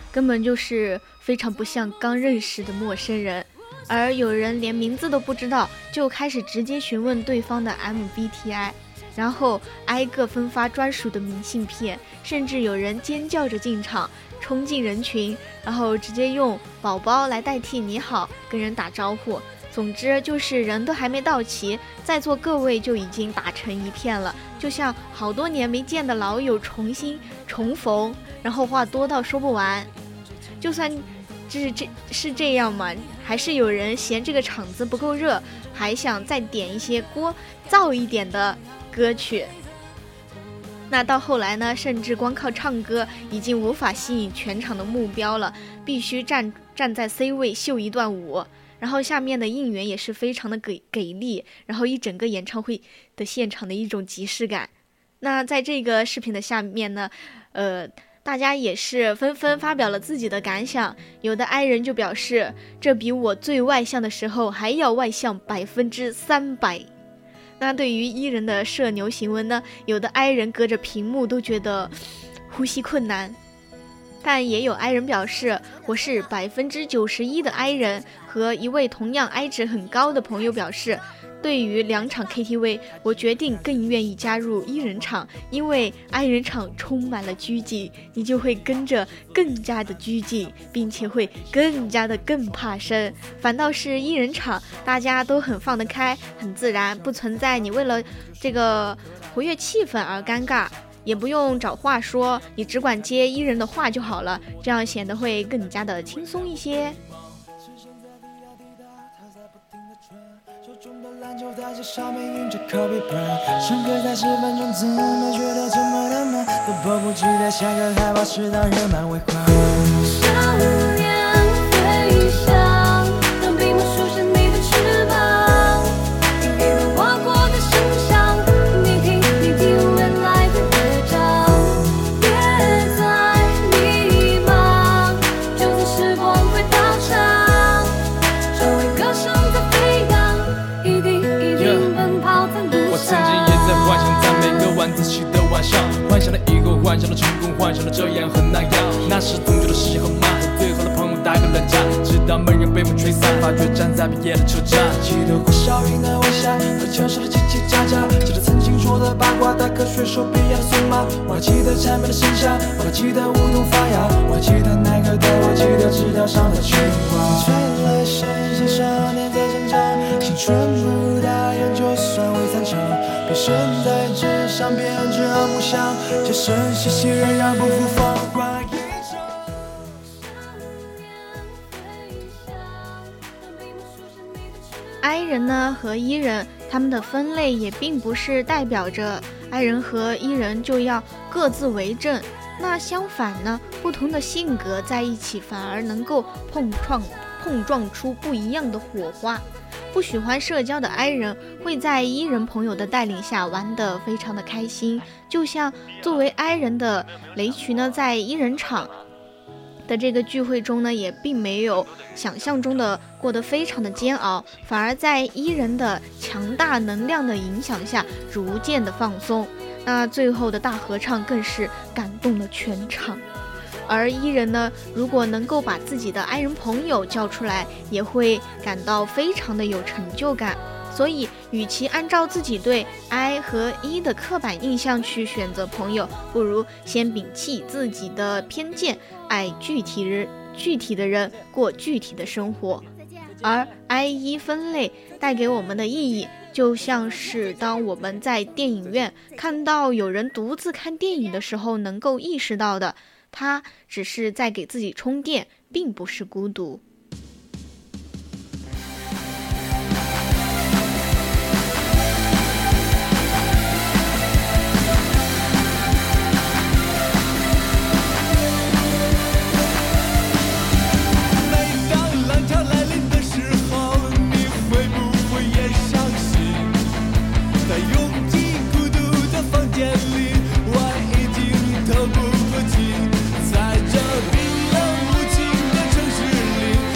根本就是非常不像刚认识的陌生人。而有人连名字都不知道，就开始直接询问对方的 MBTI， 然后挨个分发专属的明信片，甚至有人尖叫着进场，冲进人群，然后直接用宝宝来代替你好跟人打招呼。总之就是人都还没到齐，在座各位就已经打成一片了，就像好多年没见的老友重逢，然后话多到说不完。就算是这样嘛，还是有人嫌这个场子不够热，还想再点一些燥一点的歌曲。那到后来呢，甚至光靠唱歌已经无法吸引全场的目标了，必须站在 C 位秀一段舞，然后下面的应援也是非常的给力，然后一整个演唱会的现场的一种即视感。那在这个视频的下面呢，大家也是纷纷发表了自己的感想，有的爱人就表示，这比我最外向的时候还要外向300%。那对于伊人的社牛行为呢，有的爱人隔着屏幕都觉得呼吸困难，但也有爱人表示，我是91%的爱人。和一位同样爱值很高的朋友表示，对于2场 KTV， 我决定更愿意加入一人场，因为爱人场充满了拘谨，你就会跟着更加的拘谨，并且会更怕生。反倒是一人场，大家都很放得开，很自然，不存在你为了这个活跃气氛而尴尬，也不用找话说，你只管接伊人的话就好了，这样显得会更加的轻松一些。 篮球台在上面印着 Kobe Bryant， 上课才10分钟，怎么觉得这么的慢？都迫不及待下课，害怕迟到人满为患。 少年飞翔，当闭幕出现你的翅膀，听黑板划过的声响，你听未来的乐章，别再迷茫，就算时光会倒场，周围歌声在飞扬，一定奔跑在路上。 我曾经也在幻想，在每个晚自习的晚上，幻想了以后，幻想了成功，幻想了这样和那样。那是同学的时候嘛，和最好的朋友打个冷战，直到闷热被风吹散，发觉站在毕业的车站。记得火烧云的晚霞和教室的叽叽喳喳，记得曾经说的八卦，大科学手臂压的松麻。我还记得蝉鸣的声响，我还记得梧桐发芽，我还记得那个的，我记得纸条上的情话。催泪声像少年在成长，青春不打烊，就算未散场，别身在纸上，别安置和梦想，这声息息仍然不负芳华一场。 I 人呢和 E 人，他们的分类也并不是代表着 I 人和 E 人就要各自为政，那相反呢，不同的性格在一起反而能够碰撞出不一样的火花。不喜欢社交的 I 人会在 E 人朋友的带领下玩得非常的开心，就像作为 I 人的雷渠呢，在 E 人场的这个聚会中呢，也并没有想象中的过得非常的煎熬，反而在 E 人的强大能量的影响下逐渐的放松。那最后的大合唱更是感动了全场。而 E 人呢，如果能够把自己的爱人朋友叫出来，也会感到非常的有成就感。所以与其按照自己对 I 和 E 的刻板印象去选择朋友，不如先摒弃自己的偏见，爱具体的人，过具体的生活。而 I-E 分类带给我们的意义，就像是当我们在电影院看到有人独自看电影的时候能够意识到的，他只是在给自己充电，并不是孤独。 在这冰冷无情的城市里，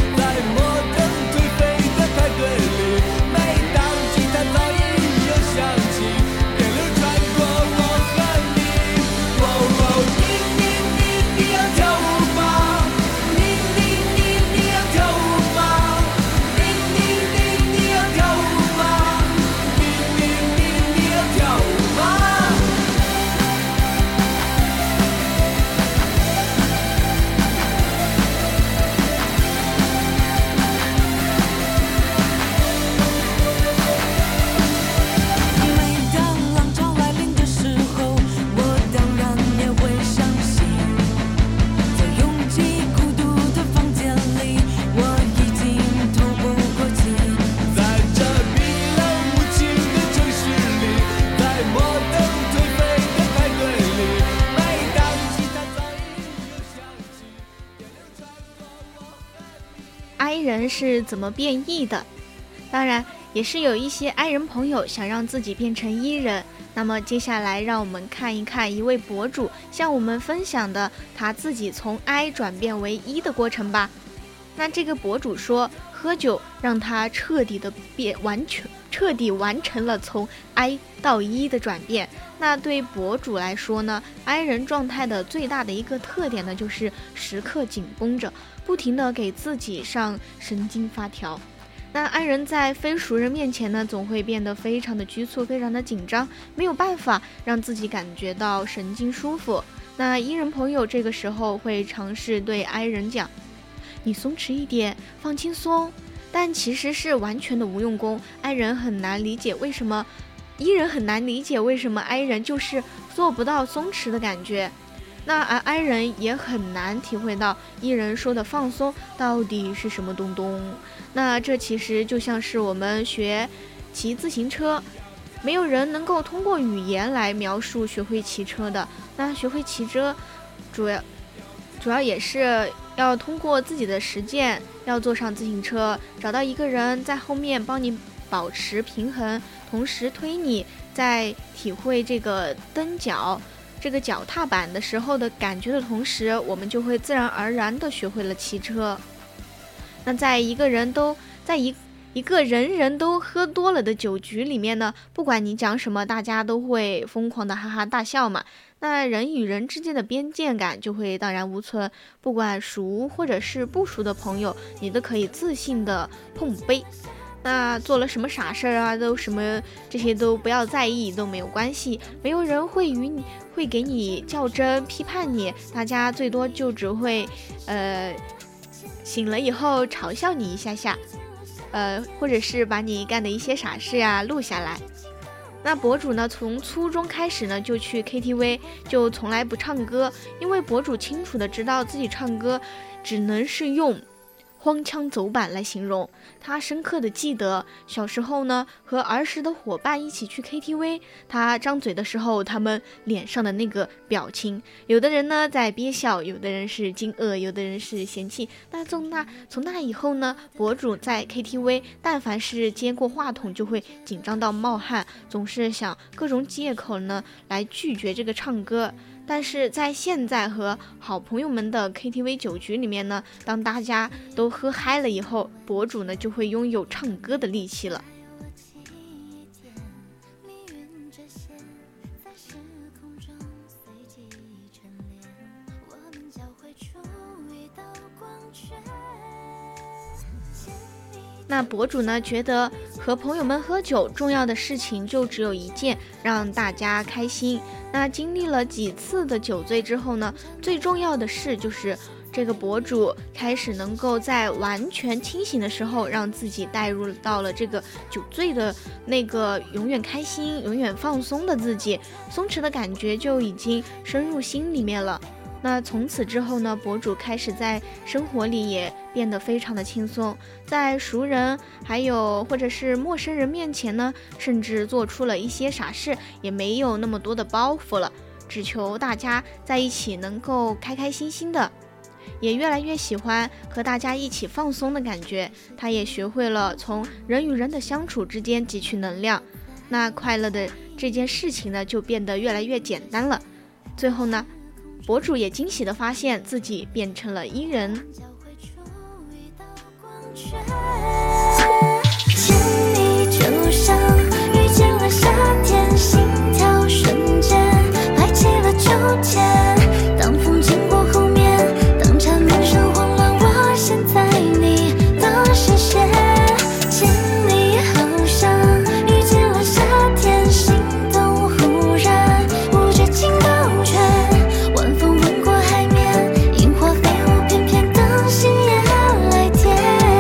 人是怎么变 E 的。当然也是有一些 I 人朋友想让自己变成 E 人。那么接下来让我们看一看一位博主向我们分享的他自己从 I 转变为 E 的过程吧。那这个博主说，喝酒让他彻底完成了从 I 到 E 的转变。那对博主来说呢， I 人状态的最大的一个特点呢，就是时刻紧绷着，不停地给自己上神经发条。那 I 人在非熟人面前呢，总会变得非常的局促，非常的紧张，没有办法让自己感觉到神经舒服。那 E 人朋友这个时候会尝试对 I 人讲，你松弛一点，放轻松，但其实是完全的无用功。 I 人很难理解为什么 E 人很难理解为什么 I 人就是做不到松弛的感觉。那I 人也很难体会到 E 人说的放松到底是什么东东。那这其实就像是我们学骑自行车，没有人能够通过语言来描述学会骑车的。那学会骑车主要也是要通过自己的实践，要坐上自行车，找到一个人在后面帮你保持平衡，同时推你，在体会这个蹬脚这个脚踏板的时候的感觉的同时，我们就会自然而然地学会了骑车。那在一个人人都喝多了的酒局里面呢，不管你讲什么，大家都会疯狂的哈哈大笑嘛。那人与人之间的边界感就会荡然无存，不管熟或者是不熟的朋友，你都可以自信的碰杯。那做了什么傻事啊，这些都不要在意，都没有关系，没有人会给你较真批判你，大家最多就只会醒了以后嘲笑你一下下，或者是把你干的一些傻事呀录下来。那博主呢，从初中开始呢就去 KTV， 就从来不唱歌，因为博主清楚的知道自己唱歌只能是用荒腔走板来形容。他深刻的记得小时候呢，和儿时的伙伴一起去 KTV， 他张嘴的时候，他们脸上的那个表情，有的人呢在憋笑，有的人是惊愕，有的人是嫌弃。那从那以后呢，博主在 KTV 但凡是接过话筒就会紧张到冒汗，总是想各种借口呢来拒绝这个唱歌。但是在现在和好朋友们的 KTV 酒局里面呢，当大家都喝嗨了以后，博主呢就会拥有唱歌的力气了。那博主呢觉得和朋友们喝酒重要的事情就只有一件，让大家开心。那经历了几次的酒醉之后呢，最重要的事就是这个博主开始能够在完全清醒的时候，让自己带入到了这个酒醉的那个永远开心永远放松的自己，松弛的感觉就已经深入心里面了。那从此之后呢，博主开始在生活里也变得非常的轻松，在熟人还有或者是陌生人面前呢，甚至做出了一些傻事，也没有那么多的包袱了，只求大家在一起能够开开心心的，也越来越喜欢和大家一起放松的感觉。他也学会了从人与人的相处之间汲取能量，那快乐的这件事情呢，就变得越来越简单了。最后呢，博主也惊喜地发现自己变成了E人。 牵你就像遇见了夏天，心跳瞬间排起了秋千。当风经过后面，当蝉鸣声慌乱，我陷在你的视线。牵你好像遇见了夏天，心动忽然无止境兜圈。晚风吻过海面，樱花飞舞，翩翩等星夜来电。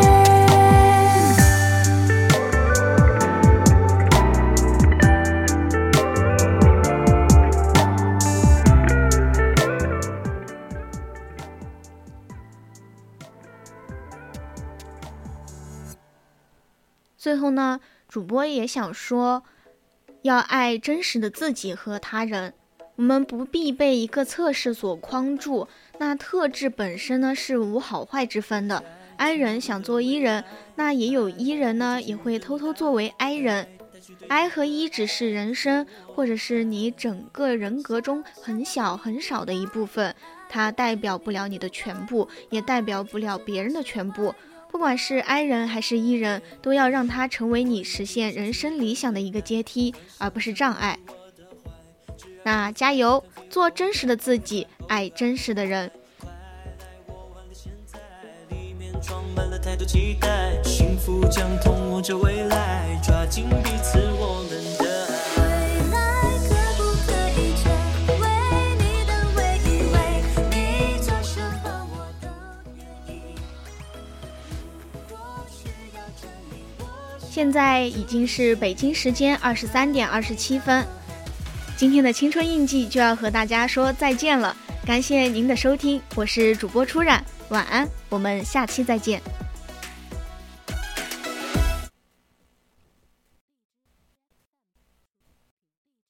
最后呢，主播也想说，要爱真实的自己和他人。我们不必被一个测试所框住，那特质本身呢是无好坏之分的。 ，I 人想做 E 人，那也有 E 人呢也会偷偷作为 I 人。I 和 E 只是人生或者是你整个人格中很小很少的一部分，它代表不了你的全部，也代表不了别人的全部。不管是 I 人还是 E 人，都要让它成为你实现人生理想的一个阶梯，而不是障碍。那加油，做真实的自己，爱真实的人。 装满了太多期待，幸福将通往着未来，抓紧彼此我们的爱。 未来可不可以成为你的唯一？为你做什么我都愿意。 现在已经是北京时间23点27分，今天的青春印记就要和大家说再见了，感谢您的收听，我是主播初冉，晚安，我们下期再见。